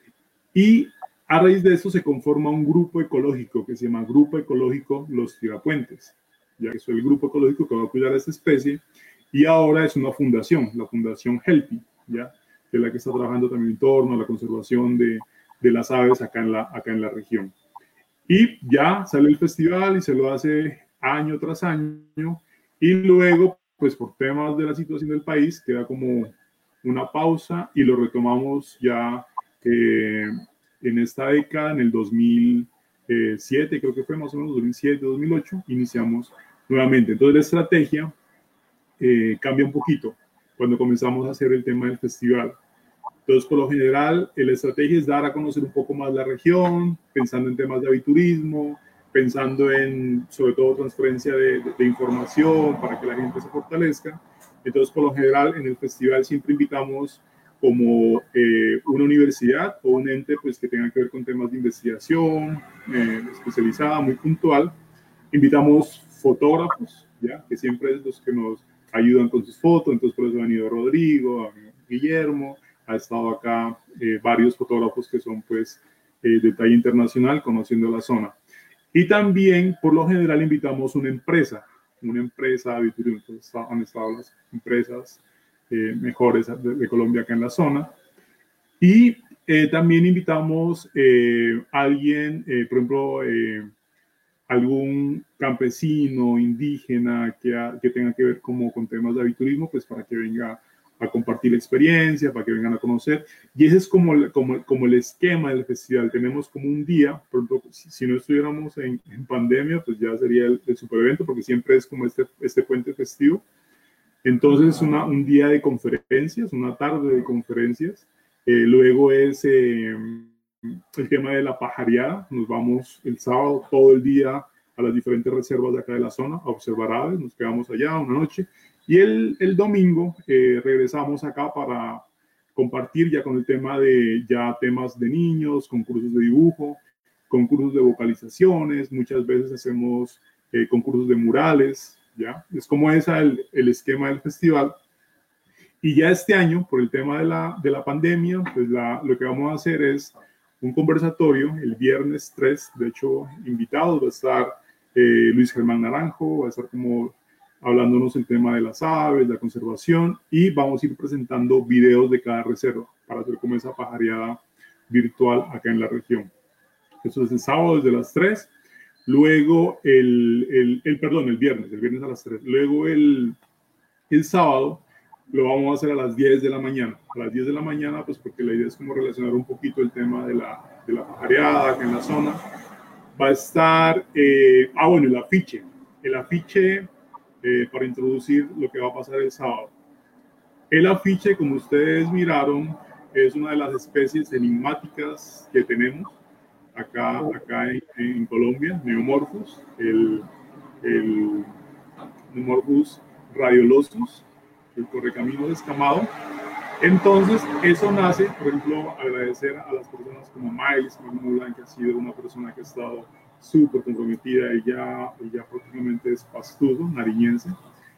Y a raíz de eso se conforma un grupo ecológico que se llama Grupo Ecológico Los Tirapuentes, ya que es el grupo ecológico que va a cuidar a esta especie, y ahora es una fundación, la Fundación Helpi, ya, que es la que está trabajando también en torno a la conservación de, de las aves acá en, la, acá en la región. Y ya sale el festival y se lo hace año tras año, y luego, pues por temas de la situación del país, queda como una pausa y lo retomamos ya eh, en esta década, en el dos mil siete, creo que fue más o menos dos mil siete, dos mil ocho, iniciamos nuevamente. Entonces la estrategia eh, cambia un poquito cuando comenzamos a hacer el tema del festival. Entonces, por lo general, la estrategia es dar a conocer un poco más la región, pensando en temas de aviturismo, pensando en, sobre todo, transferencia de, de, de información para que la gente se fortalezca. Entonces, por lo general, en el festival siempre invitamos como eh, una universidad o un ente pues, que tenga que ver con temas de investigación eh, especializada, muy puntual. Invitamos fotógrafos, ¿ya? Que siempre es los que nos ayudan con sus fotos. Entonces, por eso ha venido Rodrigo, Guillermo, ha estado acá eh, varios fotógrafos que son pues eh, de talla internacional, conociendo la zona. Y también, por lo general, invitamos una empresa, una empresa, entonces han estado las empresas eh, mejores de, de Colombia acá en la zona. Y eh, también invitamos eh, a alguien, eh, por ejemplo, eh, algún campesino, indígena, que, ha, que tenga que ver como con temas de aviturismo, pues para que venga a compartir experiencia, para que vengan a conocer. Y ese es como el, como, como el esquema del festival. Tenemos como un día, por ejemplo, si, si no estuviéramos en, en pandemia, pues ya sería el, el super evento, porque siempre es como este, este puente festivo. Entonces es una, un día de conferencias, una tarde de conferencias. Eh, luego es eh, el tema de la pajareada. Nos vamos el sábado todo el día a las diferentes reservas de acá de la zona a observar aves. Nos quedamos allá una noche. Y el, el domingo eh, regresamos acá para compartir ya con el tema de ya temas de niños, concursos de dibujo, concursos de vocalizaciones, muchas veces hacemos eh, concursos de murales, ¿ya? Es como esa el, el esquema del festival. Y ya este año, por el tema de la, de la pandemia, pues la, lo que vamos a hacer es un conversatorio el viernes tres, de hecho, invitados, va a estar eh, Luis Germán Naranjo, va a estar como hablándonos el tema de las aves, la conservación, y vamos a ir presentando videos de cada reserva para hacer como esa pajareada virtual acá en la región. Eso es el sábado desde las tres, luego el, el, el perdón, el viernes, el viernes a las tres, luego el, el sábado lo vamos a hacer a las diez de la mañana. A las diez de la mañana, pues porque la idea es como relacionar un poquito el tema de la, de la pajareada acá en la zona. Va a estar, eh, ah bueno, el afiche. El afiche eh, para introducir lo que va a pasar el sábado. El afiche, como ustedes miraron, es una de las especies enigmáticas que tenemos acá, acá en, en Colombia, Neomorphus, el, el Neomorphus radiolosus, el correcaminos escamado. Entonces, eso nace, por ejemplo, agradecer a las personas como Miles Mulan, que ha sido una persona que ha estado súper comprometida. Ella, ella prácticamente es pastuso, nariñense.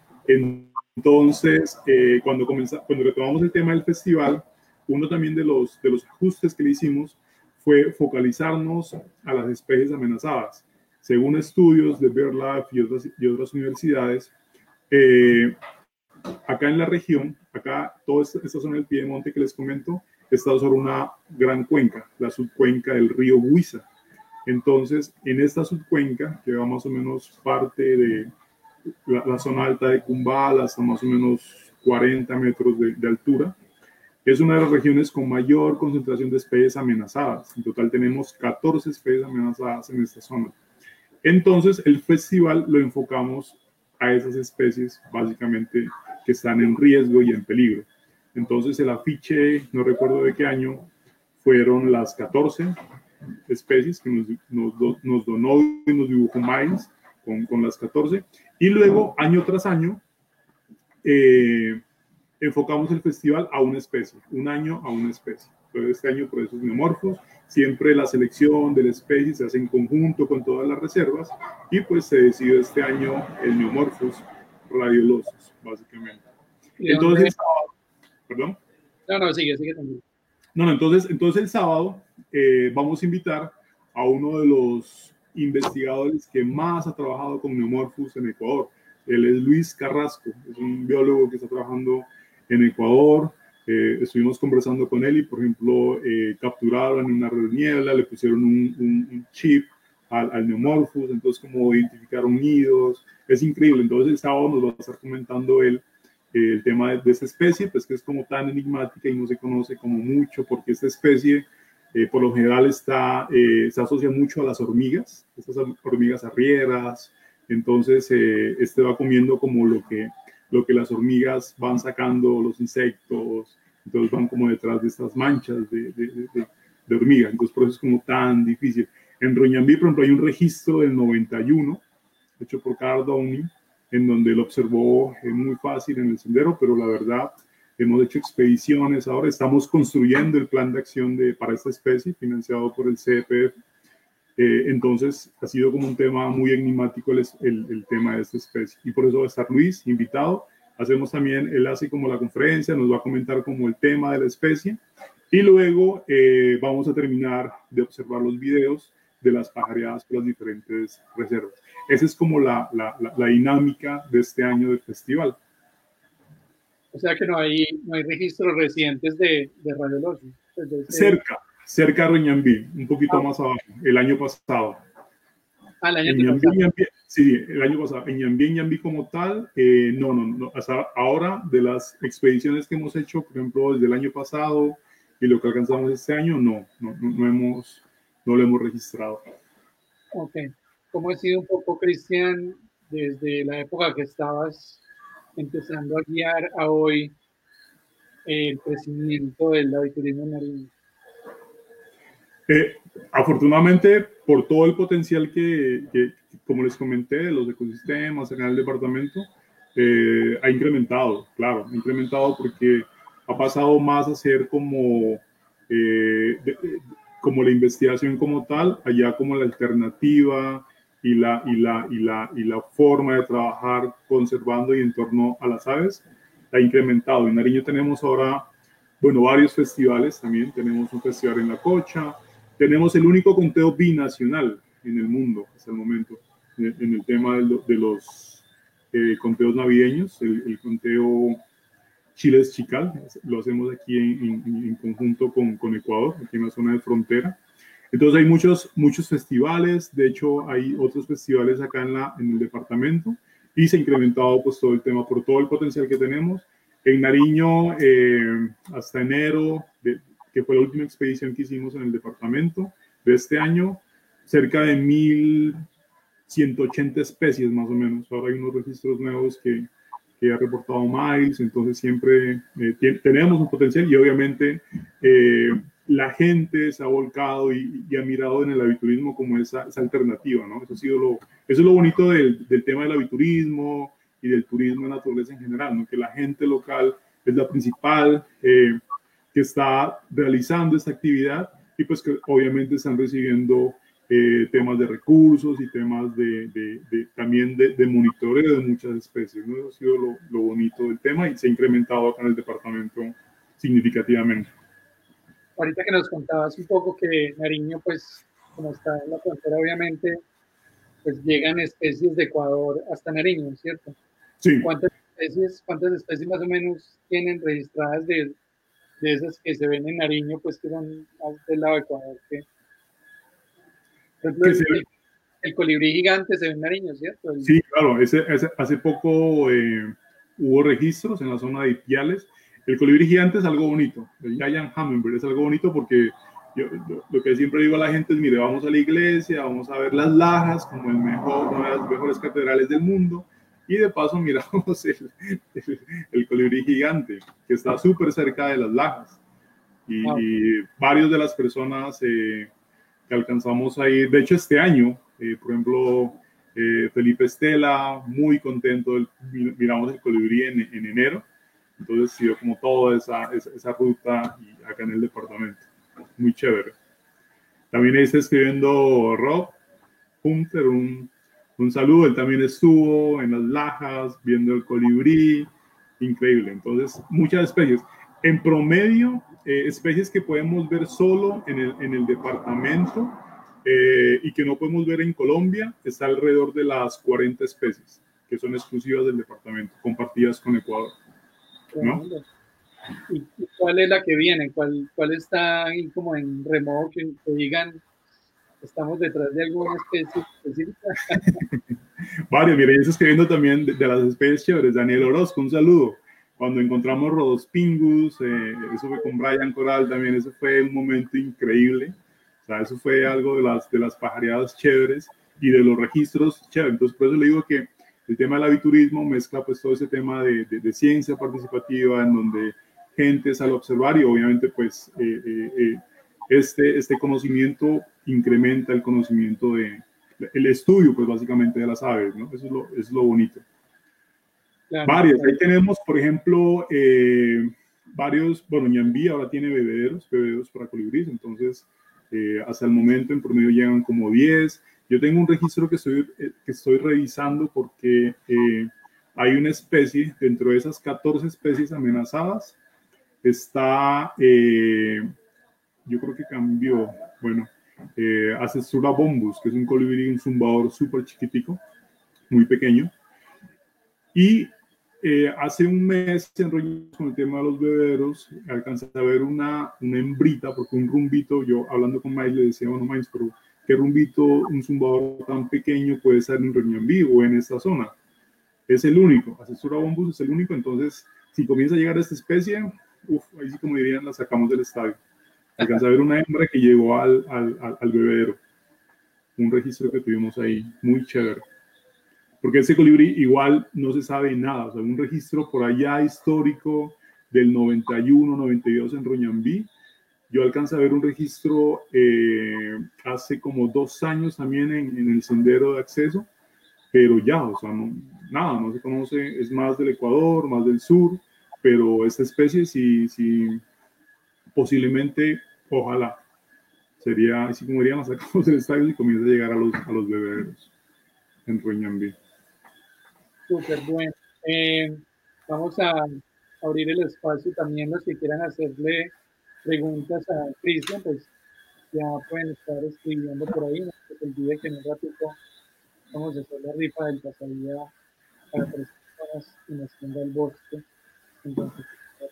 Entonces, eh, cuando, comenzamos, cuando retomamos el tema del festival, uno también de los, de los ajustes que le hicimos fue focalizarnos a las especies amenazadas. Según estudios de BirdLife y otras, y otras universidades, eh, acá en la región, acá toda esta, esta zona del Piedemonte que les comento, está sobre una gran cuenca, la subcuenca del río Huiza. Entonces, en esta subcuenca, que va más o menos parte de la, la zona alta de Cumbal, hasta más o menos cuarenta metros de, de altura, es una de las regiones con mayor concentración de especies amenazadas. En total tenemos catorce especies amenazadas en esta zona. Entonces, el festival lo enfocamos a esas especies, básicamente, que están en riesgo y en peligro. Entonces, el afiche, no recuerdo de qué año, fueron las catorce especies que nos, nos, nos donó y nos dibujó Miles con, con las catorce. Y luego, año tras año, eh, enfocamos el festival a una especie, un año a una especie. Entonces, este año, por eso es Neomorphus. Siempre la selección de la especie se hace en conjunto con todas las reservas y pues se decidió este año el Neomorphus radiolosus, básicamente. Entonces, el sábado, perdón. No, no, sigue, sigue también. No, no, entonces, entonces el sábado eh, vamos a invitar a uno de los investigadores que más ha trabajado con Neomorphus en Ecuador. Él es Luis Carrasco, es un biólogo que está trabajando en Ecuador. Eh, estuvimos conversando con él y, por ejemplo, eh, capturaron en una red niebla, le pusieron un, un, un chip al, al Neomorphus, entonces como identificaron nidos, es increíble. Entonces el sábado nos va a estar comentando él eh, el tema de, de esta especie, pues que es como tan enigmática y no se conoce como mucho, porque esta especie eh, por lo general está, eh, se asocia mucho a las hormigas, estas hormigas arrieras. Entonces eh, este va comiendo como lo que lo que las hormigas van sacando, los insectos, entonces van como detrás de estas manchas de, de, de, de hormiga, entonces por eso es como tan difícil. En Roñambí, por ejemplo, hay un registro del noventa y uno, hecho por Carl Downey, en donde lo observó eh, muy fácil en el sendero, pero la verdad, hemos hecho expediciones, ahora estamos construyendo el plan de acción de, para esta especie, financiado por el C E P F. Eh, entonces ha sido como un tema muy enigmático el, el, el tema de esta especie y por eso va a estar Luis invitado. Hacemos también, él hace como la conferencia, nos va a comentar como el tema de la especie y luego eh, vamos a terminar de observar los videos de las pajareadas por las diferentes reservas. Esa es como la, la, la, la dinámica de este año del festival. O sea que no hay, no hay registros recientes de, de radiología. Cerca. Cerca de Roñambí, un poquito ah. más abajo, el año pasado. Ah, el año en Ñambí, pasado. Ñambí, sí, el año pasado. En Ñambí, en Ñambí como tal, eh, no, no, no. Hasta ahora, de las expediciones que hemos hecho, por ejemplo, desde el año pasado y lo que alcanzamos este año, no, no, no, no, hemos, no lo hemos registrado. Ok. ¿Cómo ha sido un poco, Cristian, desde la época que estabas empezando a guiar a hoy el crecimiento del aviturismo marino? Eh, afortunadamente, por todo el potencial que, que, como les comenté, de los ecosistemas en el departamento, eh, ha incrementado, claro, ha incrementado porque ha pasado más a ser como, eh, de, como la investigación como tal, allá como la alternativa y la, y, la, y, la, y la forma de trabajar conservando y en torno a las aves ha incrementado. En Nariño tenemos ahora, bueno, varios festivales también, tenemos un festival en La Cocha. Tenemos el único conteo binacional en el mundo hasta el momento, en, en el tema de, lo, de los eh, conteos navideños, el, el conteo Chiles Chical, lo hacemos aquí en, en, en conjunto con, con Ecuador, aquí en la zona de frontera. Entonces hay muchos, muchos festivales, de hecho hay otros festivales acá en, la, en el departamento y se ha incrementado pues todo el tema por todo el potencial que tenemos. En Nariño, eh, hasta enero, de, que fue la última expedición que hicimos en el departamento de este año, cerca de mil ciento ochenta especies más o menos. Ahora hay unos registros nuevos que, que ha reportado Miles, entonces siempre eh, tenemos un potencial y obviamente eh, la gente se ha volcado y, y ha mirado en el aviturismo como esa, esa alternativa, ¿no? Eso ha sido lo, eso es lo bonito del, del tema del aviturismo y del turismo de naturaleza en general, ¿no? Que la gente local es la principal eh, que está realizando esta actividad y pues que obviamente están recibiendo eh, temas de recursos y temas de, de, de también de, de monitoreo de muchas especies, ¿no? Eso ha sido lo, lo bonito del tema y se ha incrementado acá en el departamento significativamente. Ahorita que nos contabas un poco que Nariño, pues como está en la frontera, obviamente, pues llegan especies de Ecuador hasta Nariño, ¿cierto? Sí. ¿Cuántas especies, cuántas especies más o menos tienen registradas de, de esas que se ven en Nariño, pues que son más del lado de Ecuador? Que, por ejemplo, el, el, el colibrí gigante se ve en Nariño, ¿cierto? El, sí, claro. Ese, ese, hace poco eh, hubo registros en la zona de Ipiales. El colibrí gigante es algo bonito. El Giant Hummingbird es algo bonito porque yo, lo, lo que siempre digo a la gente es, mire, vamos a la iglesia, vamos a ver las lajas como el mejor, una de las mejores catedrales del mundo. Y de paso miramos el, el, el colibrí gigante, que está súper cerca de las lajas. Y, wow. y varios de las personas eh, que alcanzamos a ir, de hecho este año, eh, por ejemplo, eh, Felipe Estela, muy contento, del, miramos el colibrí en, en enero, entonces siguió como toda esa, esa, esa ruta y acá en el departamento. Muy chévere. También ahí está escribiendo Rob Hunter, un Un saludo, él también estuvo en las lajas, viendo el colibrí, increíble. Entonces, muchas especies. En promedio, eh, especies que podemos ver solo en el, en el departamento eh, y que no podemos ver en Colombia, está alrededor de las cuarenta especies, que son exclusivas del departamento, compartidas con Ecuador, ¿no? ¿Y cuál es la que viene? ¿Cuál, cuál está ahí como en remojo que, que digan... estamos detrás de alguna especie específica? Varios, mire, yo estoy escribiendo también de, de las especies chéveres. Daniel Orozco, un saludo. Cuando encontramos Rhodospingus, eh, eso fue con Brian Coral también, eso fue un momento increíble. O sea, eso fue algo de las, de las pajareadas chéveres y de los registros chéveres. Entonces, por eso le digo que el tema del aviturismo mezcla pues todo ese tema de, de, de ciencia participativa, en donde gente sale a observar y obviamente pues eh, eh, eh, este, este conocimiento incrementa el conocimiento de el estudio, pues básicamente de las aves, ¿no? Eso es lo, eso es lo bonito. Claro, Varias, claro. Ahí tenemos, por ejemplo, eh, varios, bueno, Ñambí ahora tiene bebederos, bebederos para colibríes, entonces eh, hasta el momento en promedio llegan como diez. Yo tengo un registro que estoy, eh, que estoy revisando porque eh, hay una especie, dentro de esas catorce especies amenazadas, está, eh, yo creo que cambió, bueno, Eh, Acestura bombus, que es un colibrí, un zumbador súper chiquitico, muy pequeño. Y eh, hace un mes, en con el tema de los bebederos, alcancé a ver una, una hembrita, porque un rumbito, yo hablando con Miles le decía, bueno, Miles, pero ¿qué rumbito, un zumbador tan pequeño puede estar en Reñambí o en esta zona? Es el único, Acestura bombus es el único, entonces si comienza a llegar a esta especie, uf, ahí sí como dirían, la sacamos del estadio. Alcanzé a ver una hembra que llegó al, al, al bebedero. Un registro que tuvimos ahí, muy chévere. Porque ese colibrí igual no se sabe nada. O sea, un registro por allá histórico del noventa y uno, noventa y dos en Roñambí. Yo alcancé a ver un registro eh, hace como dos años también en, en el sendero de acceso. Pero ya, o sea, no, nada, no se conoce. Es más del Ecuador, más del sur. Pero esta especie sí, sí posiblemente... Ojalá. Sería, así como dirían, sacamos del estadio y comienza a llegar a los, a los bebederos en Roñambí. Súper bueno. Eh, vamos a abrir el espacio también los que quieran hacerle preguntas a Cristian, pues ya pueden estar escribiendo por ahí. No se olvide que en un ratito vamos a hacer la rifa del pasadía para tres personas en la tienda del bosque. Entonces,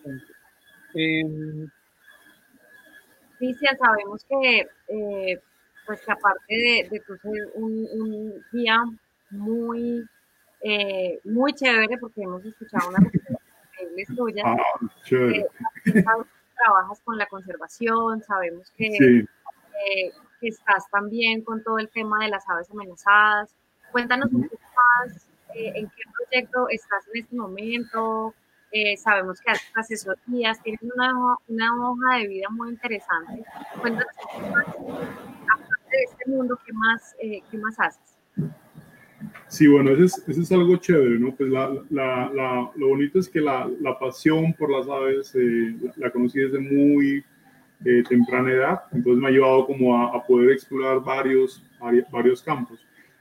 eh, Cristian, sabemos que, eh, pues que aparte de, de tu ser un, un guía muy, eh, muy chévere, porque hemos escuchado una reflexión profesionales tuyas. Ah, chévere. Eh, trabajas con la conservación, sabemos que, sí. eh, que estás también con todo el tema de las aves amenazadas. Cuéntanos un poco más eh, en qué proyecto estás en este momento. Eh, sabemos que haces asesorías, tienes una, una hoja de vida muy interesante. Cuéntanos un poco más, aparte de este mundo, ¿qué más, eh, qué más haces? Sí, bueno, eso es, eso es algo chévere, ¿no? Pues la, la, la, lo bonito es que la, la pasión por las aves eh, la, la conocí desde muy eh, temprana edad, entonces me ha llevado como a, a poder explorar varios, varios campos.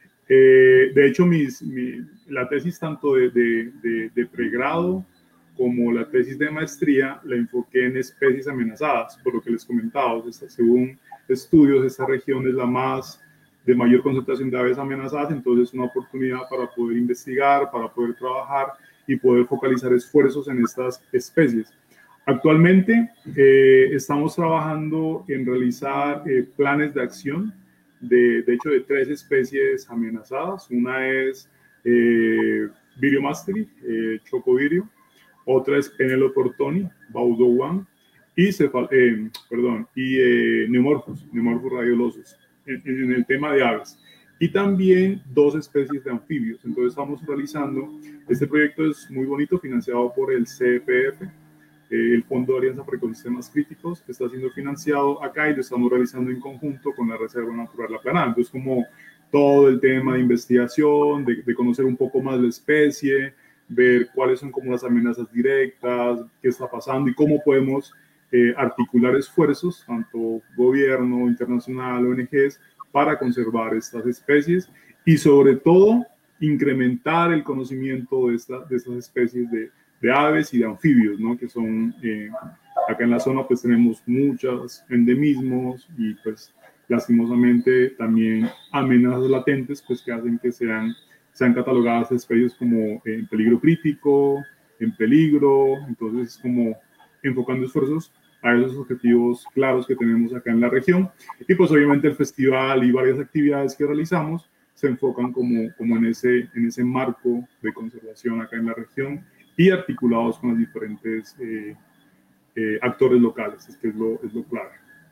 Eh, de hecho, mis, mi, la tesis tanto de, de, de, de pregrado como la tesis de maestría la enfoqué en especies amenazadas, por lo que les comentaba, según estudios, esta región es la más de mayor concentración de aves amenazadas, entonces es una oportunidad para poder investigar, para poder trabajar y poder focalizar esfuerzos en estas especies. Actualmente eh, estamos trabajando en realizar eh, planes de acción, de, de hecho de tres especies amenazadas. Una es eh, Vireo masteri, eh, Chocovireo, otra es Penelope ortoni, Baudowan, y, cefal, eh, perdón, y eh, Neomorphos, Neomorphos radiolosos, en, en el tema de aves. Y también dos especies de anfibios. Entonces estamos realizando, este proyecto es muy bonito, financiado por el C P F, eh, el Fondo de Alianza para Ecosistemas Críticos, está siendo financiado acá y lo estamos realizando en conjunto con la Reserva Natural La Planada. Entonces como todo el tema de investigación, de, de conocer un poco más la especie, ver cuáles son como las amenazas directas, qué está pasando y cómo podemos eh, articular esfuerzos, tanto gobierno, internacional, O N Ges, para conservar estas especies y sobre todo incrementar el conocimiento de, esta, de estas especies de, de aves y de anfibios, ¿no? Que son, eh, acá en la zona pues tenemos muchos endemismos y pues lastimosamente también amenazas latentes pues que hacen que sean sean catalogadas especies como eh, en peligro crítico, en peligro, entonces es como enfocando esfuerzos a esos objetivos claros que tenemos acá en la región. Y pues obviamente el festival y varias actividades que realizamos se enfocan como, como en, ese, en ese marco de conservación acá en la región y articulados con los diferentes eh, eh, actores locales, es que es lo, es lo clave.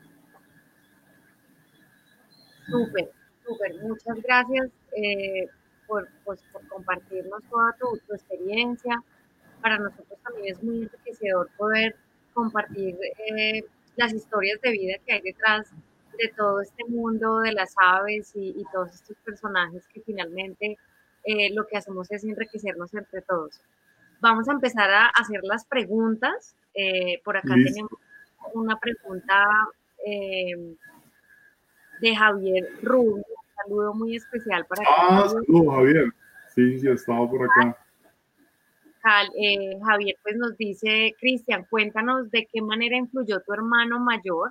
Súper, súper, muchas gracias. Eh, Por, pues, por compartirnos toda tu, tu, experiencia. Para nosotros también es muy enriquecedor poder compartir eh, las historias de vida que hay detrás de todo este mundo de las aves y, y todos estos personajes que finalmente eh, lo que hacemos es enriquecernos entre todos. Vamos a empezar a hacer las preguntas. Eh, por acá Listo. Tenemos una pregunta eh, de Javier Rubio. Saludo muy especial para ah, ti. Saludos, Javier. Sí, sí, he estado por acá. Eh, Javier pues nos dice, Cristian, cuéntanos de qué manera influyó tu hermano mayor,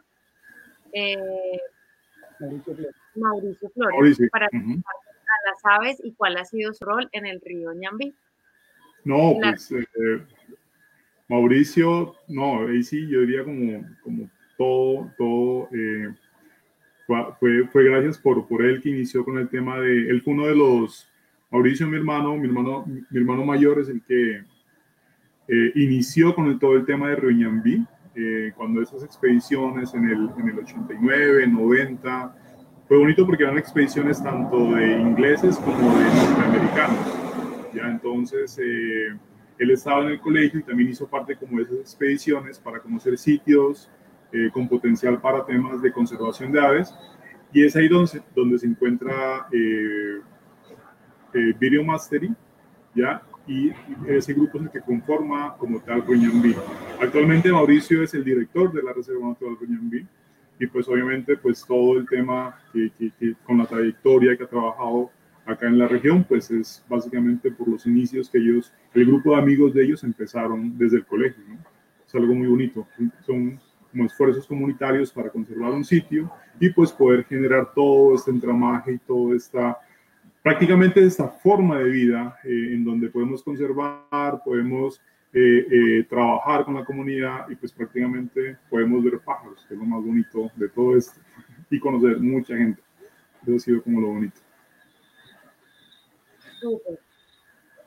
eh, Mauricio Flores, Mauricio Flores Mauricio. para uh -huh. a las aves y cuál ha sido su rol en el río Ñambí. No, La... pues eh, Mauricio, no, ahí sí yo diría como, como todo, todo eh, Fue, fue gracias por, por él que inició con el tema de, él fue uno de los, Mauricio, mi hermano, mi hermano, mi hermano mayor es el que eh, inició con el, todo el tema de Río Ñambí, eh, cuando esas expediciones en el, en el ochenta y nueve, noventa, fue bonito porque eran expediciones tanto de ingleses como de norteamericanos, ya entonces eh, él estaba en el colegio y también hizo parte como de esas expediciones para conocer sitios, Eh, con potencial para temas de conservación de aves, y es ahí donde, donde se encuentra eh, eh, Vireo masteri, ¿ya? Y ese grupo es el que conforma como tal Río Ñambí. Actualmente Mauricio es el director de la Reserva Natural Río Ñambí, y pues obviamente pues todo el tema que, que, que con la trayectoria que ha trabajado acá en la región, pues es básicamente por los inicios que ellos, el grupo de amigos de ellos empezaron desde el colegio, ¿no? Es algo muy bonito, son como esfuerzos comunitarios para conservar un sitio y pues poder generar todo este entramaje y toda esta, prácticamente esta forma de vida eh, en donde podemos conservar, podemos eh, eh, trabajar con la comunidad y pues prácticamente podemos ver pájaros, que es lo más bonito de todo esto, y conocer mucha gente. Eso ha sido como lo bonito. Súper.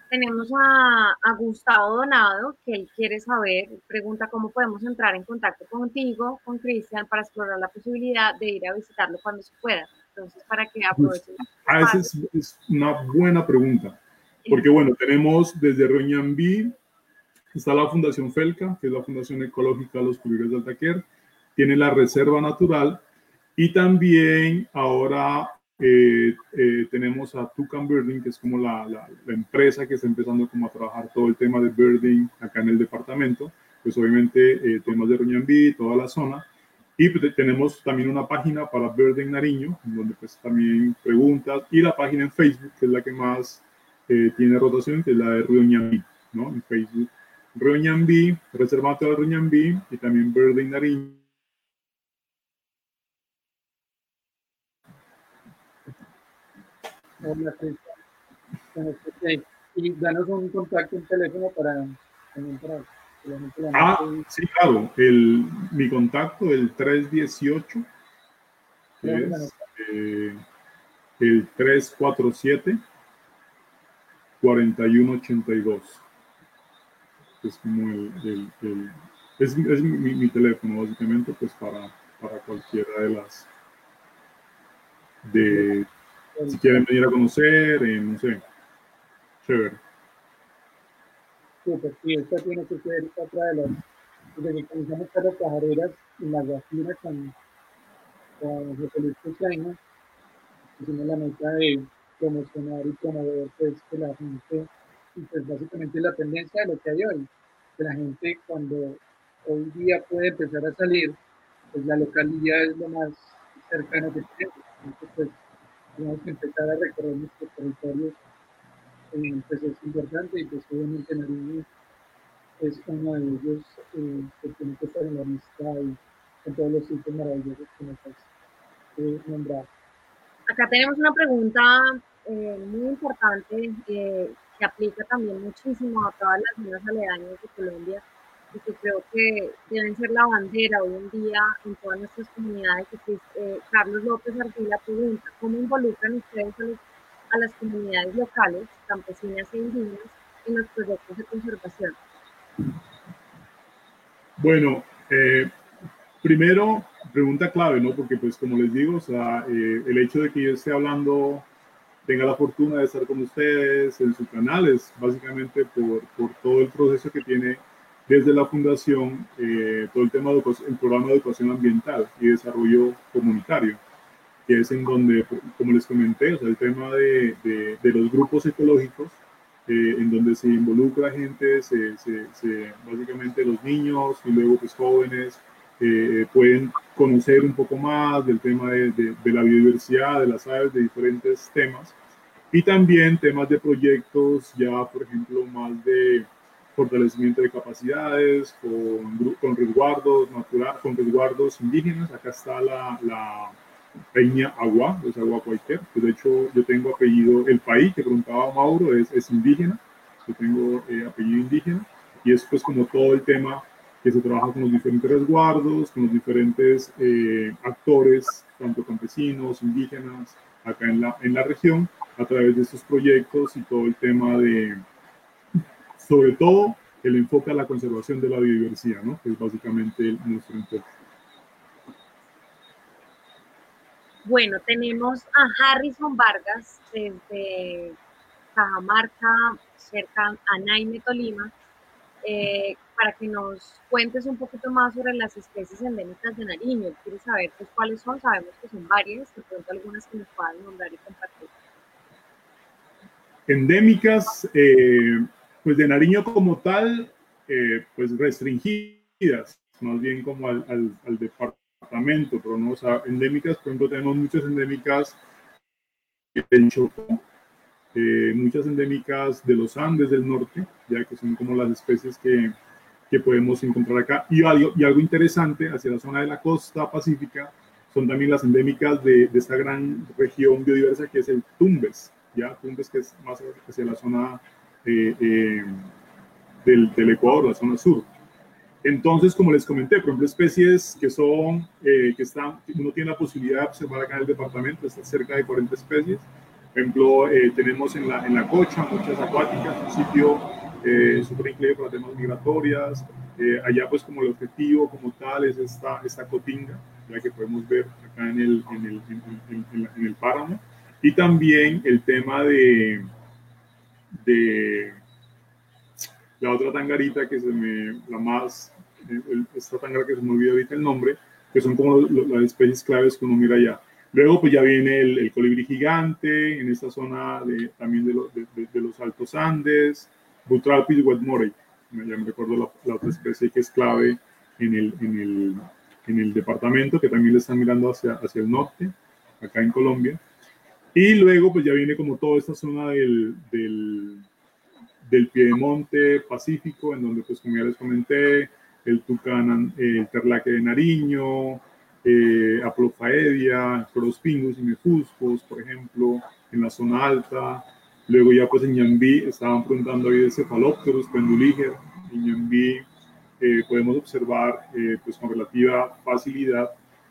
Tenemos a, a Gustavo Donado, que él quiere saber, pregunta cómo podemos entrar en contacto contigo, con Cristian, para explorar la posibilidad de ir a visitarlo cuando se pueda. Entonces, para que aprovechen. Ah, esa es, es una buena pregunta, porque bueno, tenemos desde Roñambí, está la Fundación Felca, que es la Fundación Ecológica de los Puliores de Altaquer, tiene la Reserva Natural, y también ahora eh, eh, tenemos a Tucán Birding, que es como la, la, la empresa que está empezando como a trabajar todo el tema de birding acá en el departamento, pues obviamente eh, temas de Roñambí, toda la zona, y pues, tenemos también una página para Birding Nariño, donde pues también preguntas, y la página en Facebook, que es la que más eh, tiene rotación, que es la de Roñambí, ¿no? En Facebook, Roñambí, Reserva Natural Roñambí, y también Birding Nariño. Hola, Cristian. Y danos un contacto, un teléfono para... para que la gente la ah, note. Sí, claro. El, mi contacto, el tres dieciocho, es eh, el tres cuatro siete, cuatro uno ocho dos. Es como el... el, el es, es mi, mi teléfono, básicamente, pues para, para cualquiera de las... de... Si quieren venir a conocer, eh, no sé. Chévere. Súper, sí, esta tiene que ser otra de las, desde que comenzamos Charlas Pajareras en la Guajira con, con José Luis Costaño, hicimos la meta de promocionar y promover pues que la gente, y pues básicamente la tendencia de lo que hay hoy, que la gente cuando hoy día puede empezar a salir, pues la localidad es lo más cercano que tenemos, entonces pues tenemos que empezar a recorrer nuestros territorios. Eh, pues es importante y pues obviamente Nariño es uno de ellos eh, que tiene que estar en la lista y en todos los sitios maravillosos que nos has eh, nombrado. Acá tenemos una pregunta eh, muy importante eh, que aplica también muchísimo a todas las zonas aledañas de Colombia y que creo que deben ser la bandera hoy en día en todas nuestras comunidades. Y que, eh, Carlos López Arcila pregunta, ¿cómo involucran ustedes a, los, a las comunidades locales, campesinas e indígenas en los proyectos de conservación? Bueno, eh, primero, pregunta clave, ¿no? Porque pues como les digo, o sea, eh, el hecho de que yo esté hablando, tenga la fortuna de estar con ustedes en su canal, es básicamente por, por todo el proceso que tiene desde la fundación, eh, todo el tema de educación, el programa de educación ambiental y desarrollo comunitario, que es en donde, como les comenté, o sea, el tema de, de, de los grupos ecológicos, eh, en donde se involucra gente, se, se, se, básicamente los niños y luego pues jóvenes eh, pueden conocer un poco más del tema de, de, de la biodiversidad, de las aves, de diferentes temas, y también temas de proyectos ya, por ejemplo, más de fortalecimiento de capacidades, con, con resguardos naturales, con resguardos indígenas. Acá está la, la Peña Agua, es Agua Cualquier. Pues de hecho, yo tengo apellido, el país que preguntaba Mauro es, es indígena, yo tengo eh, apellido indígena, y es pues como todo el tema que se trabaja con los diferentes resguardos, con los diferentes eh, actores, tanto campesinos, indígenas, acá en la, en la región, a través de estos proyectos y todo el tema de, sobre todo, el enfoque a la conservación de la biodiversidad, ¿no? Que es básicamente nuestro enfoque. Bueno, tenemos a Harrison Vargas desde Cajamarca, cerca a Naime, Tolima, eh, para que nos cuentes un poquito más sobre las especies endémicas de Nariño. Quiero saber pues, cuáles son, sabemos que son varias, de pronto algunas que nos puedan nombrar y compartir. Endémicas, eh, pues de Nariño como tal, eh, pues restringidas, más bien como al, al, al departamento, pero no, o sea, endémicas, por ejemplo, tenemos muchas endémicas del Chocó, eh, muchas endémicas de los Andes del norte, ya que son como las especies que, que podemos encontrar acá, y algo, y algo interesante hacia la zona de la costa pacífica, son también las endémicas de, de esta gran región biodiversa que es el Tumbes, ya Tumbes, que es más hacia la zona eh, eh, del, del Ecuador, la zona sur. Entonces, como les comenté, por ejemplo, especies que son, eh, que están, uno tiene la posibilidad de observar acá en el departamento, está cerca de cuarenta especies, Por ejemplo, eh, tenemos en la, en la Cocha muchas acuáticas, un sitio eh, súper increíble para temas migratorias. Eh, allá pues como el objetivo como tal es esta, esta cotinga, ya que podemos ver acá en el, en el, en, en, en, en el páramo. Y también el tema de, de la otra tangarita que se me, la más, el, esta tangara que se me olvida ahorita el nombre, que son como lo, lo, las especies claves que uno mira allá. Luego pues ya viene el, el colibrí gigante, en esta zona de, también de, lo, de, de, de los Altos Andes, Butralpis wetmorei, ya me recuerdo la, la otra especie que es clave en el, en, el, en el departamento, que también le están mirando hacia, hacia el norte, acá en Colombia. Y luego pues ya viene como toda esta zona del, del, del piedemonte pacífico, en donde pues como ya les comenté, el tucán, el terlaque de Nariño, eh, Aplofaedia, Corospingus y Mefuscos, por ejemplo, en la zona alta. Luego ya pues en Ñambí estaban preguntando ahí de Cephalopterus, Penduliger. En Ñambí eh, podemos observar eh, pues con relativa facilidad,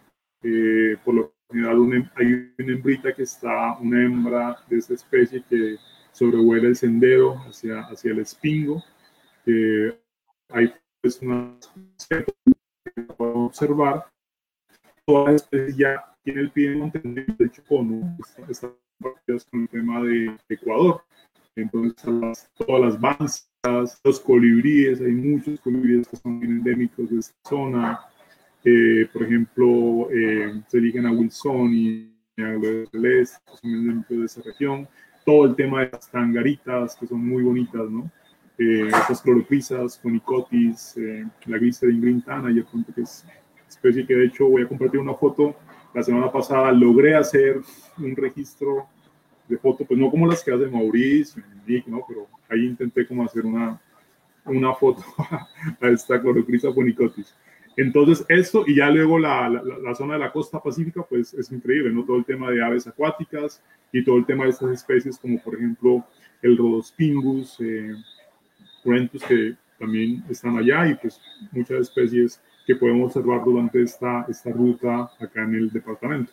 eh, por lo general una, hay una hembrita que está, una hembra de esta especie que sobrevuela el sendero hacia, hacia el Espingo. Eh, hay pues una que podemos observar. Todas las especies ya tiene el piedemonte, de hecho, como están partidas con el tema de Ecuador. Entonces, las, todas las banzas, los colibríes, hay muchos colibríes que son endémicos de esta zona. Eh, por ejemplo, eh, se eligen a Wilson y a Gloria Celeste, que son endémicos de esa región. Todo el tema de las tangaritas, que son muy bonitas, ¿no? Eh, estas cloroprisas, Conicotis, eh, la Glycerin green tana, y pronto que es especie que de hecho voy a compartir una foto. La semana pasada logré hacer un registro de foto, pues no como las que hace Mauricio, Nick, ¿no? Pero ahí intenté como hacer una, una foto a esta Chlorocrisa ponicotis. Entonces esto, y ya luego la, la, la zona de la costa pacífica, pues es increíble, ¿no? Todo el tema de aves acuáticas y todo el tema de estas especies como por ejemplo el Rhodospingus, eh, Rentus, que también están allá, y pues muchas especies que podemos observar durante esta, esta ruta acá en el departamento.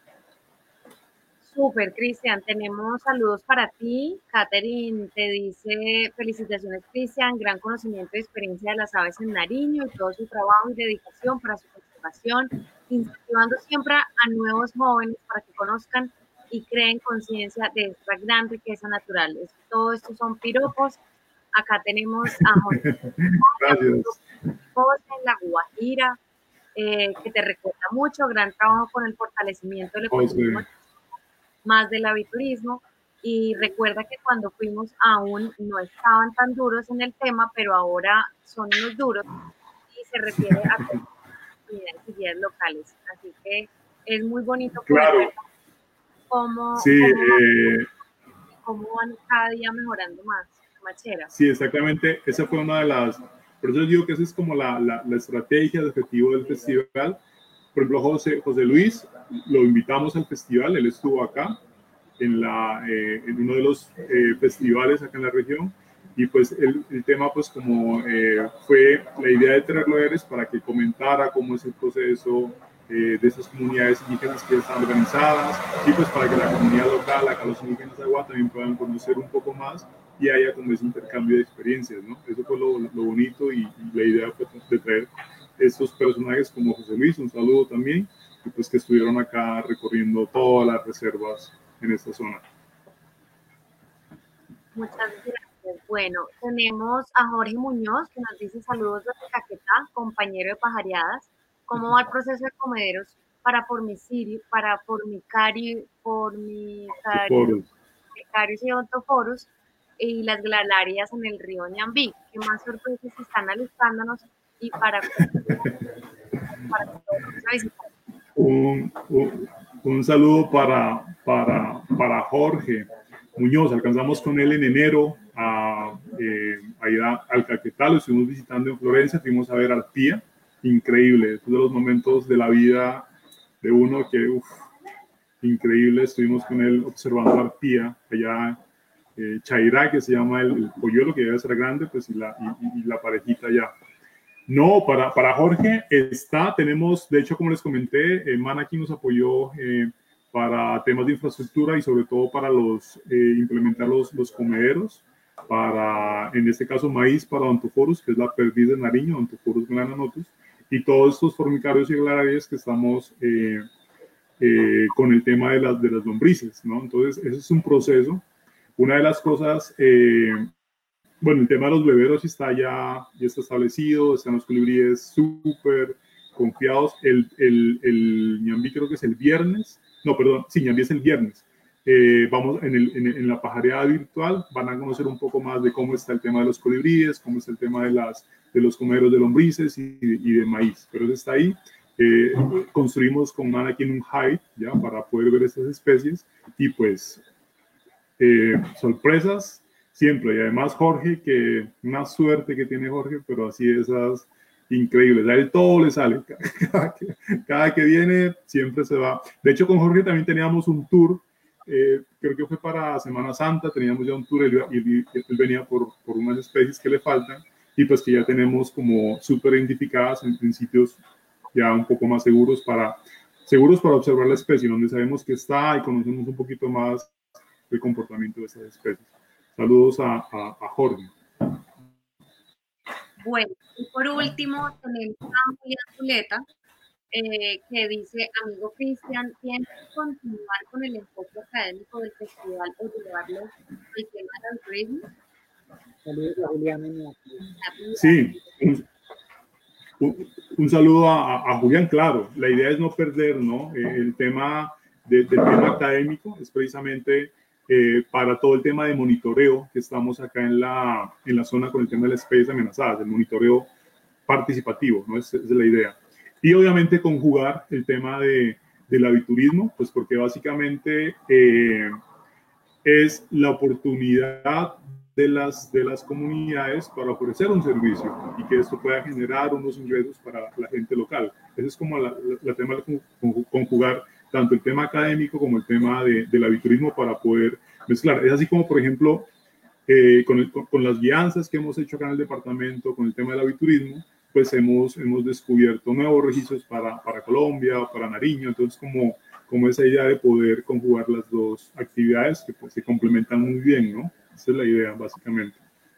Súper, Cristian. Tenemos saludos para ti. Catherine te dice, felicitaciones, Cristian, gran conocimiento y experiencia de las aves en Nariño y todo su trabajo y dedicación para su conservación, incentivando siempre a nuevos jóvenes para que conozcan y creen conciencia de esta gran riqueza natural. Todo esto son piropos. Acá tenemos a José, José en La Guajira, eh, que te recuerda mucho, gran trabajo con el fortalecimiento del ecoturismo, más del aviturismo, y recuerda que cuando fuimos aún no estaban tan duros en el tema, pero ahora son unos duros, y se refiere a comunidades y guías locales, así que es muy bonito poder claro. ver cómo, sí, cómo, eh, cómo van cada día mejorando más. Machera. Sí, exactamente. Esa fue una de las... Por eso digo que esa es como la, la, la estrategia, el objetivo del festival. Por ejemplo, José, José Luis, lo invitamos al festival. Él estuvo acá en, la, eh, en uno de los eh, festivales acá en la región. Y pues el, el tema, pues como eh, fue la idea de traerlo a él para que comentara cómo es el proceso eh, de esas comunidades indígenas que están organizadas, y pues para que la comunidad local, acá los indígenas de Agua, también puedan conocer un poco más y haya como ese intercambio de experiencias, ¿no? Eso fue lo, lo bonito, y, y la idea fue de traer estos personajes como José Luis, un saludo también, y pues que estuvieron acá recorriendo todas las reservas en esta zona. Muchas gracias. Bueno, tenemos a Jorge Muñoz, que nos dice saludos desde Caquetá, compañero de pajareadas. ¿Cómo va el proceso de comederos para formicidio, para formicario, formicarios y ontoforos y las glalarias en el río Ñambí? ¿Qué más sorpresas están alistándonos y para, para que todos a visitar? Un, un, un saludo para, para, para Jorge Muñoz. Alcanzamos con él en enero a, eh, a ir a, al Caquetá, lo estuvimos visitando en Florencia, fuimos a ver Arpía, increíble, es uno de los momentos de la vida de uno que, uff, increíble. Estuvimos con él observando la Arpía, allá eh, Chairá, que se llama el, el polluelo, que debe ser grande, pues, y la, y, y la parejita allá. No, para, para Jorge está, tenemos, de hecho, como les comenté, eh, Manaki nos apoyó eh, para temas de infraestructura y sobre todo para los, eh, implementar los, los comederos, para, en este caso, maíz para Ontophorus, que es la perdiz de Nariño, Ontophorus melanonotus, y todos estos formicarios y glarias que estamos eh, eh, con el tema de las, de las lombrices, ¿no? Entonces, ese es un proceso. Una de las cosas, eh, bueno, el tema de los beberos está ya, ya está establecido, están los colibríes súper confiados. El, el, el ñambí creo que es el viernes, no, perdón, sí, ñambí es el viernes. Eh, vamos en, el, en, en la pajareada virtual, van a conocer un poco más de cómo está el tema de los colibríes, cómo está el tema de, las, de los comederos de lombrices y, y de maíz, pero eso está ahí. Eh, construimos con Mannequin un hide ya para poder ver estas especies y pues eh, sorpresas siempre. Y además Jorge, que una suerte que tiene Jorge, pero así esas increíbles, a él todo le sale, cada que, cada que viene siempre se va. De hecho con Jorge también teníamos un tour. Eh, creo que fue para Semana Santa, teníamos ya un tour, él, él, él venía por, por unas especies que le faltan y pues que ya tenemos como súper identificadas en, en sitios ya un poco más seguros para, seguros para observar la especie, donde sabemos que está y conocemos un poquito más el comportamiento de esas especies. Saludos a, a, a Jorge. Bueno, y por último tenemos a Julián Zuleta, Eh, que dice, amigo Cristian, ¿tiene que continuar con el enfoque académico del festival o llevarlo al tema del ritmo? Saludos a Julián. Sí, un, un, un saludo a, a Julián, claro. La idea es no perder, ¿no? Eh, el tema de, del tema académico es precisamente eh, para todo el tema de monitoreo que estamos acá en la, en la zona con el tema de las especies amenazadas, el monitoreo participativo, ¿no? Esa es la idea. Y obviamente conjugar el tema de, del aviturismo, pues porque básicamente eh, es la oportunidad de las, de las comunidades para ofrecer un servicio y que esto pueda generar unos ingresos para la gente local. Ese es como la, la, la tema de conjugar tanto el tema académico como el tema de, del aviturismo para poder mezclar. Es así como, por ejemplo, eh, con, el, con, con las guianzas que hemos hecho acá en el departamento, con el tema del aviturismo, pues hemos, hemos descubierto nuevos registros para, para Colombia, para Nariño, entonces como, como esa idea de poder conjugar las dos actividades que pues se complementan muy bien, ¿no? Esa es la idea, básicamente.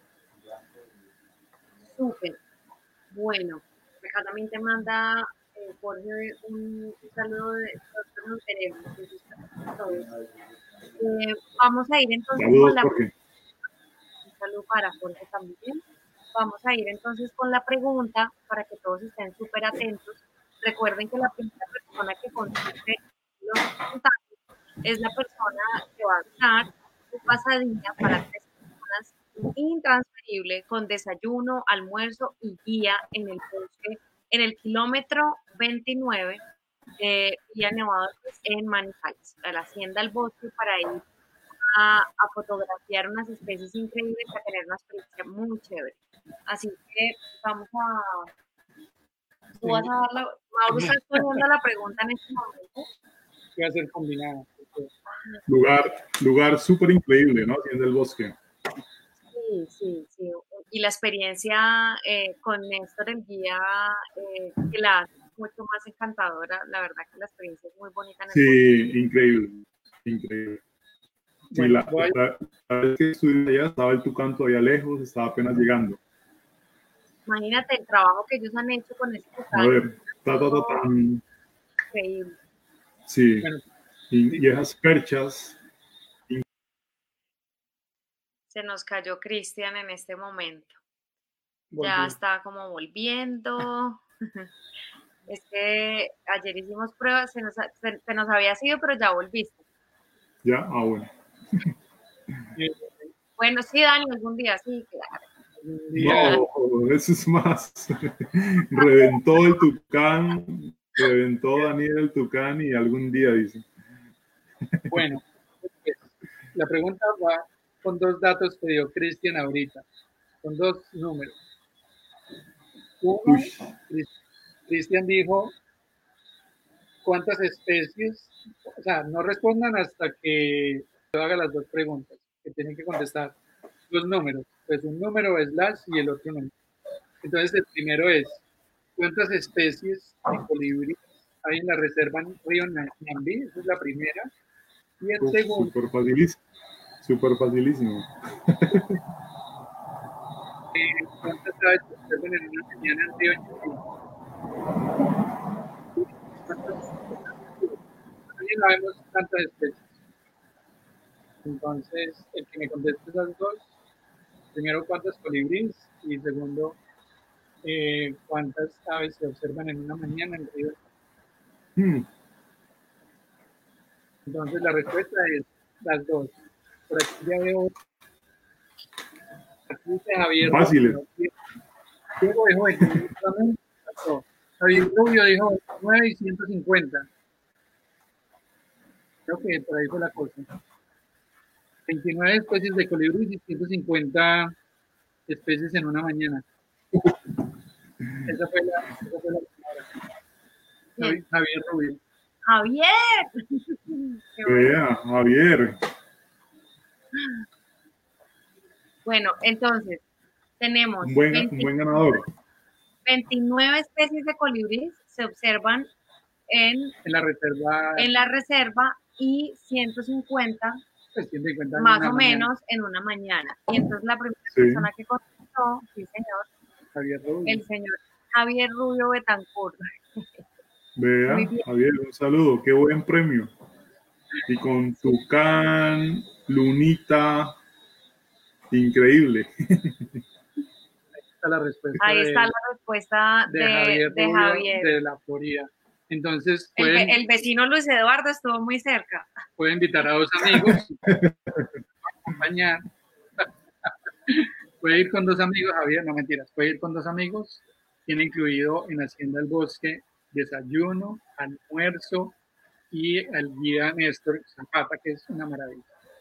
Súper. Bueno, acá también te manda eh, Jorge un, un saludo de nosotros nos veremos. Todos. Eh, vamos a ir entonces Saludos, con la... Jorge. Un saludo para Jorge también. Vamos a ir entonces con la pregunta para que todos estén súper atentos. Recuerden que la primera persona que conteste los comentarios es la persona que va a ganar su pasadilla para tres personas intransferible con desayuno, almuerzo y guía en el bosque, en el kilómetro veintinueve de Villa Nevada en Manizales, a la Hacienda del Bosque, para ir a, a fotografiar unas especies increíbles, a tener una experiencia muy chévere. Así que vamos a... Tú vas a dar la... Mauro está poniendo la pregunta en este momento. ¿Qué va a ser combinada? Lugar, lugar súper increíble, ¿no? Hacienda del Bosque. Sí, sí, sí. Y la experiencia eh, con Néstor, el guía, eh, que la hace mucho más encantadora. La verdad que la experiencia es muy bonita. En el sí, bosque. Increíble, increíble. Sí, Bueno, la, voy... la, la vez que estuve allá estaba el tucán todavía lejos, estaba apenas llegando. Imagínate el trabajo que ellos han hecho con ese tucán. A ver, ta, ta, ta, ta. Increíble. Sí, bueno, y, y esas perchas. Se nos cayó Cristian en este momento. volví. Ya está como volviendo. Es que ayer hicimos pruebas, se nos, se, se nos había sido, pero ya volviste. Ya, ah, bueno. Bueno, sí, Dani, algún día, sí, claro. No, eso es más. Reventó el tucán, reventó Daniel el tucán y algún día dice. Bueno, la pregunta va con dos datos que dio Cristian ahorita, con dos números. Uno, Cristian dijo cuántas especies, o sea, no respondan hasta que yo haga las dos preguntas, que tienen que contestar los números. Pues un número es slash y el otro número. Entonces el primero es, ¿cuántas especies de colibrí ahí en la reserva en Río Ñambí, esa es la primera. Y el Uf, segundo, súper facilísimo. Súper facilísimo. eh, ¿cuántas aves se observan en una mañana en Río Ñambí? ¿Cuántas? También no vemos tantas especies. Entonces, el que me conteste esas dos, primero, ¿cuántas colibríes? Y segundo, eh, ¿cuántas aves se observan en una mañana en Río? Hmm, Entonces, la respuesta es las dos. Por aquí ya veo, aquí dice Javier Fáciles. Rubio. Diego dijo veintinueve, Javier Rubio dijo nueve y ciento cincuenta. Creo que por ahí fue la cosa. veintinueve especies de colibríes y ciento cincuenta especies en una mañana. Esa fue la, esa fue la primera. Javier Rubio. Javier. Qué bueno. Vea, Javier. Bueno, entonces tenemos Un buen, veinte un buen ganador. veintinueve especies de colibríes se observan en, En la reserva. en la reserva y ciento cincuenta pues, ciento cincuenta más en o una menos mañana. en una mañana. Y entonces la primera Sí. persona que contestó, sí señor, Javier Rubio. el señor Javier Rubio Betancourt. Vea, Muy bien. Javier, un saludo. Qué buen premio. Y con Tucán, Lunita, increíble. Está la respuesta Ahí de, está la respuesta de de, Javier de Rubio Javier. de la Florida. Entonces, El, pueden, ve- el vecino Luis Eduardo estuvo muy cerca. pueden invitar a dos amigos, acompañar. Puede ir con dos amigos, Javier, no mentiras, puede ir con dos amigos. Tiene incluido en Hacienda el Bosque desayuno, almuerzo y el guía Néstor Zapata, que es una maravilla.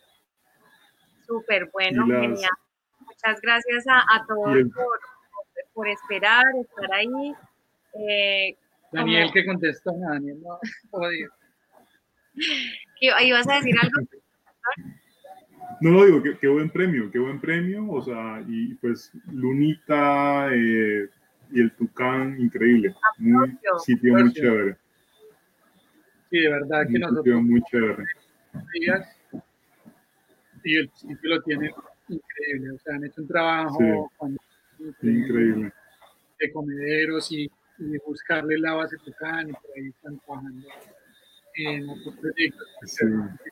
Súper bueno, Y las- genial. Muchas gracias a, a todos Y el- por, por esperar, estar ahí. Eh, Daniel, como- que contestó, no, Daniel, no, odio. ¿qué- ¿Ibas a decir algo? No, no digo, qué, qué buen premio, qué buen premio. O sea, y pues Lunita eh, y el Tucán, increíble. Muy Aplauso. sitio muy Aplauso. chévere. Sí, de verdad que Un sitio nosotros muy chévere. días y el sitio lo tienen increíble, o sea, han hecho un trabajo Sí. con- Increíble. de comederos y, y buscarle la base Tucán y por ahí están trabajando en otros proyectos. Sí.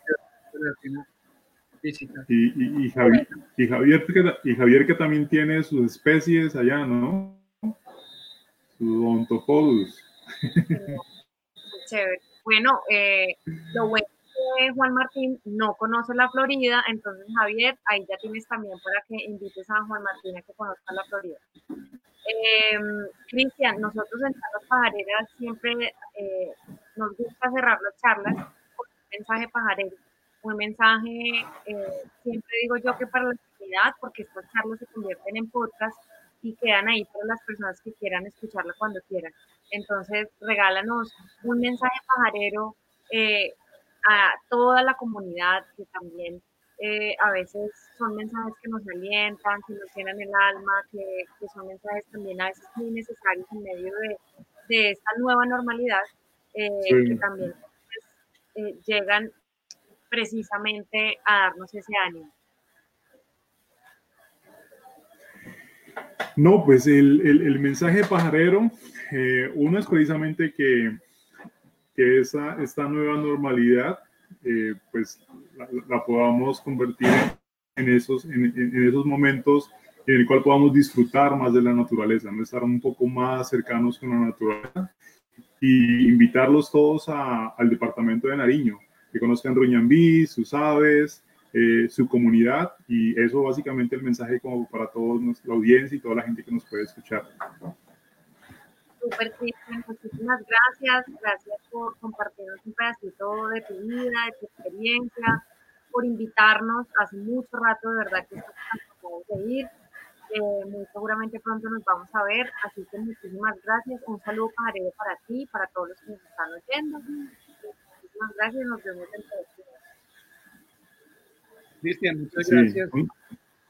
Visitas. Y, y, y, Javier, y, Javier que, y Javier que también tiene sus especies allá, ¿no? Su Ontopodus. Chévere. Bueno, eh, lo bueno es que Juan Martín no conoce la Florida, entonces Javier, ahí ya tienes también para que invites a Juan Martín a que conozca la Florida. Eh, Cristian, nosotros en Charlas Pajareras siempre eh, nos gusta cerrar las charlas con un mensaje pajarero, un mensaje, eh, siempre digo yo que para la comunidad, porque estas charlas se convierten en podcast y quedan ahí para las personas que quieran escucharla cuando quieran. Entonces, regálanos un mensaje pajarero eh, a toda la comunidad, que también eh, a veces son mensajes que nos alientan, que nos llenan el alma, que, que son mensajes también a veces muy necesarios en medio de, de esta nueva normalidad, eh, Sí. que también pues, eh, llegan precisamente a darnos ese ánimo. No, pues el, el, el mensaje pajarero, eh, uno es precisamente que, que esa, esta nueva normalidad, eh, pues la, la podamos convertir en esos, en, en esos momentos en el cual podamos disfrutar más de la naturaleza, ¿no? Estar un poco más cercanos con la naturaleza y invitarlos todos a, al departamento de Nariño, que conozcan Ruñambí, sus aves, eh, su comunidad, y eso básicamente el mensaje como para toda la audiencia y toda la gente que nos puede escuchar. Súper, Cristian, muchísimas gracias. Gracias por compartirnos un pedacito de tu vida, de tu experiencia, por invitarnos. Hace mucho rato, de verdad, que estamos cansados de ir. Eh, muy seguramente pronto nos vamos a ver, así que muchísimas gracias. Un saludo pajarero para ti, para todos los que nos están oyendo. Muchísimas gracias, nos vemos en el próximo. Cristian, muchas Sí. gracias.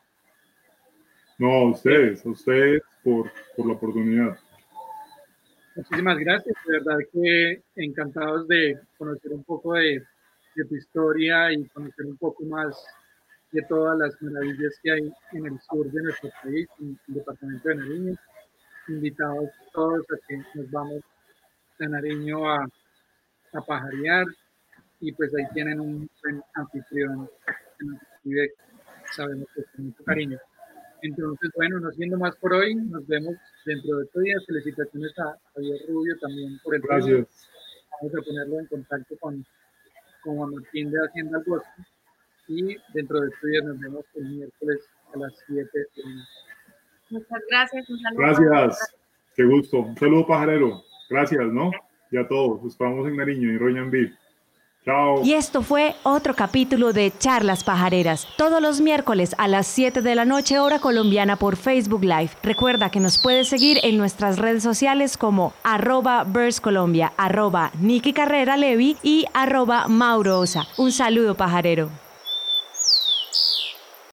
No, a ustedes, a ustedes por, por la oportunidad. Muchísimas gracias, de verdad que encantados de conocer un poco de, de tu historia y conocer un poco más de todas las maravillas que hay en el sur de nuestro país, en el departamento de Nariño. Invitados todos a que nos vamos a Nariño a, a pajarear y pues ahí tienen un buen anfitrión que nos recibe, sabemos que con mucho cariño. Entonces, bueno, no siendo más por hoy, nos vemos dentro de estos días. Felicitaciones a Javier Rubio también por el Gracias. premio. Vamos a ponerlo en contacto con, con Juan Martín de Hacienda al Bosque y dentro de estos días nos vemos el miércoles a las siete de la noche. Muchas gracias. Un saludo. Gracias. Qué gusto. Un saludo pajarero. Gracias, ¿no? Y a todos. Nos vemos en Nariño, en Roñambí. Chao. Y esto fue otro capítulo de Charlas Pajareras, todos los miércoles a las siete de la noche hora colombiana por Facebook Live. Recuerda que nos puedes seguir en nuestras redes sociales como arroba Birds Colombia, arroba Nikki Carrera Levi y arroba Mauro Osa. Un saludo pajarero.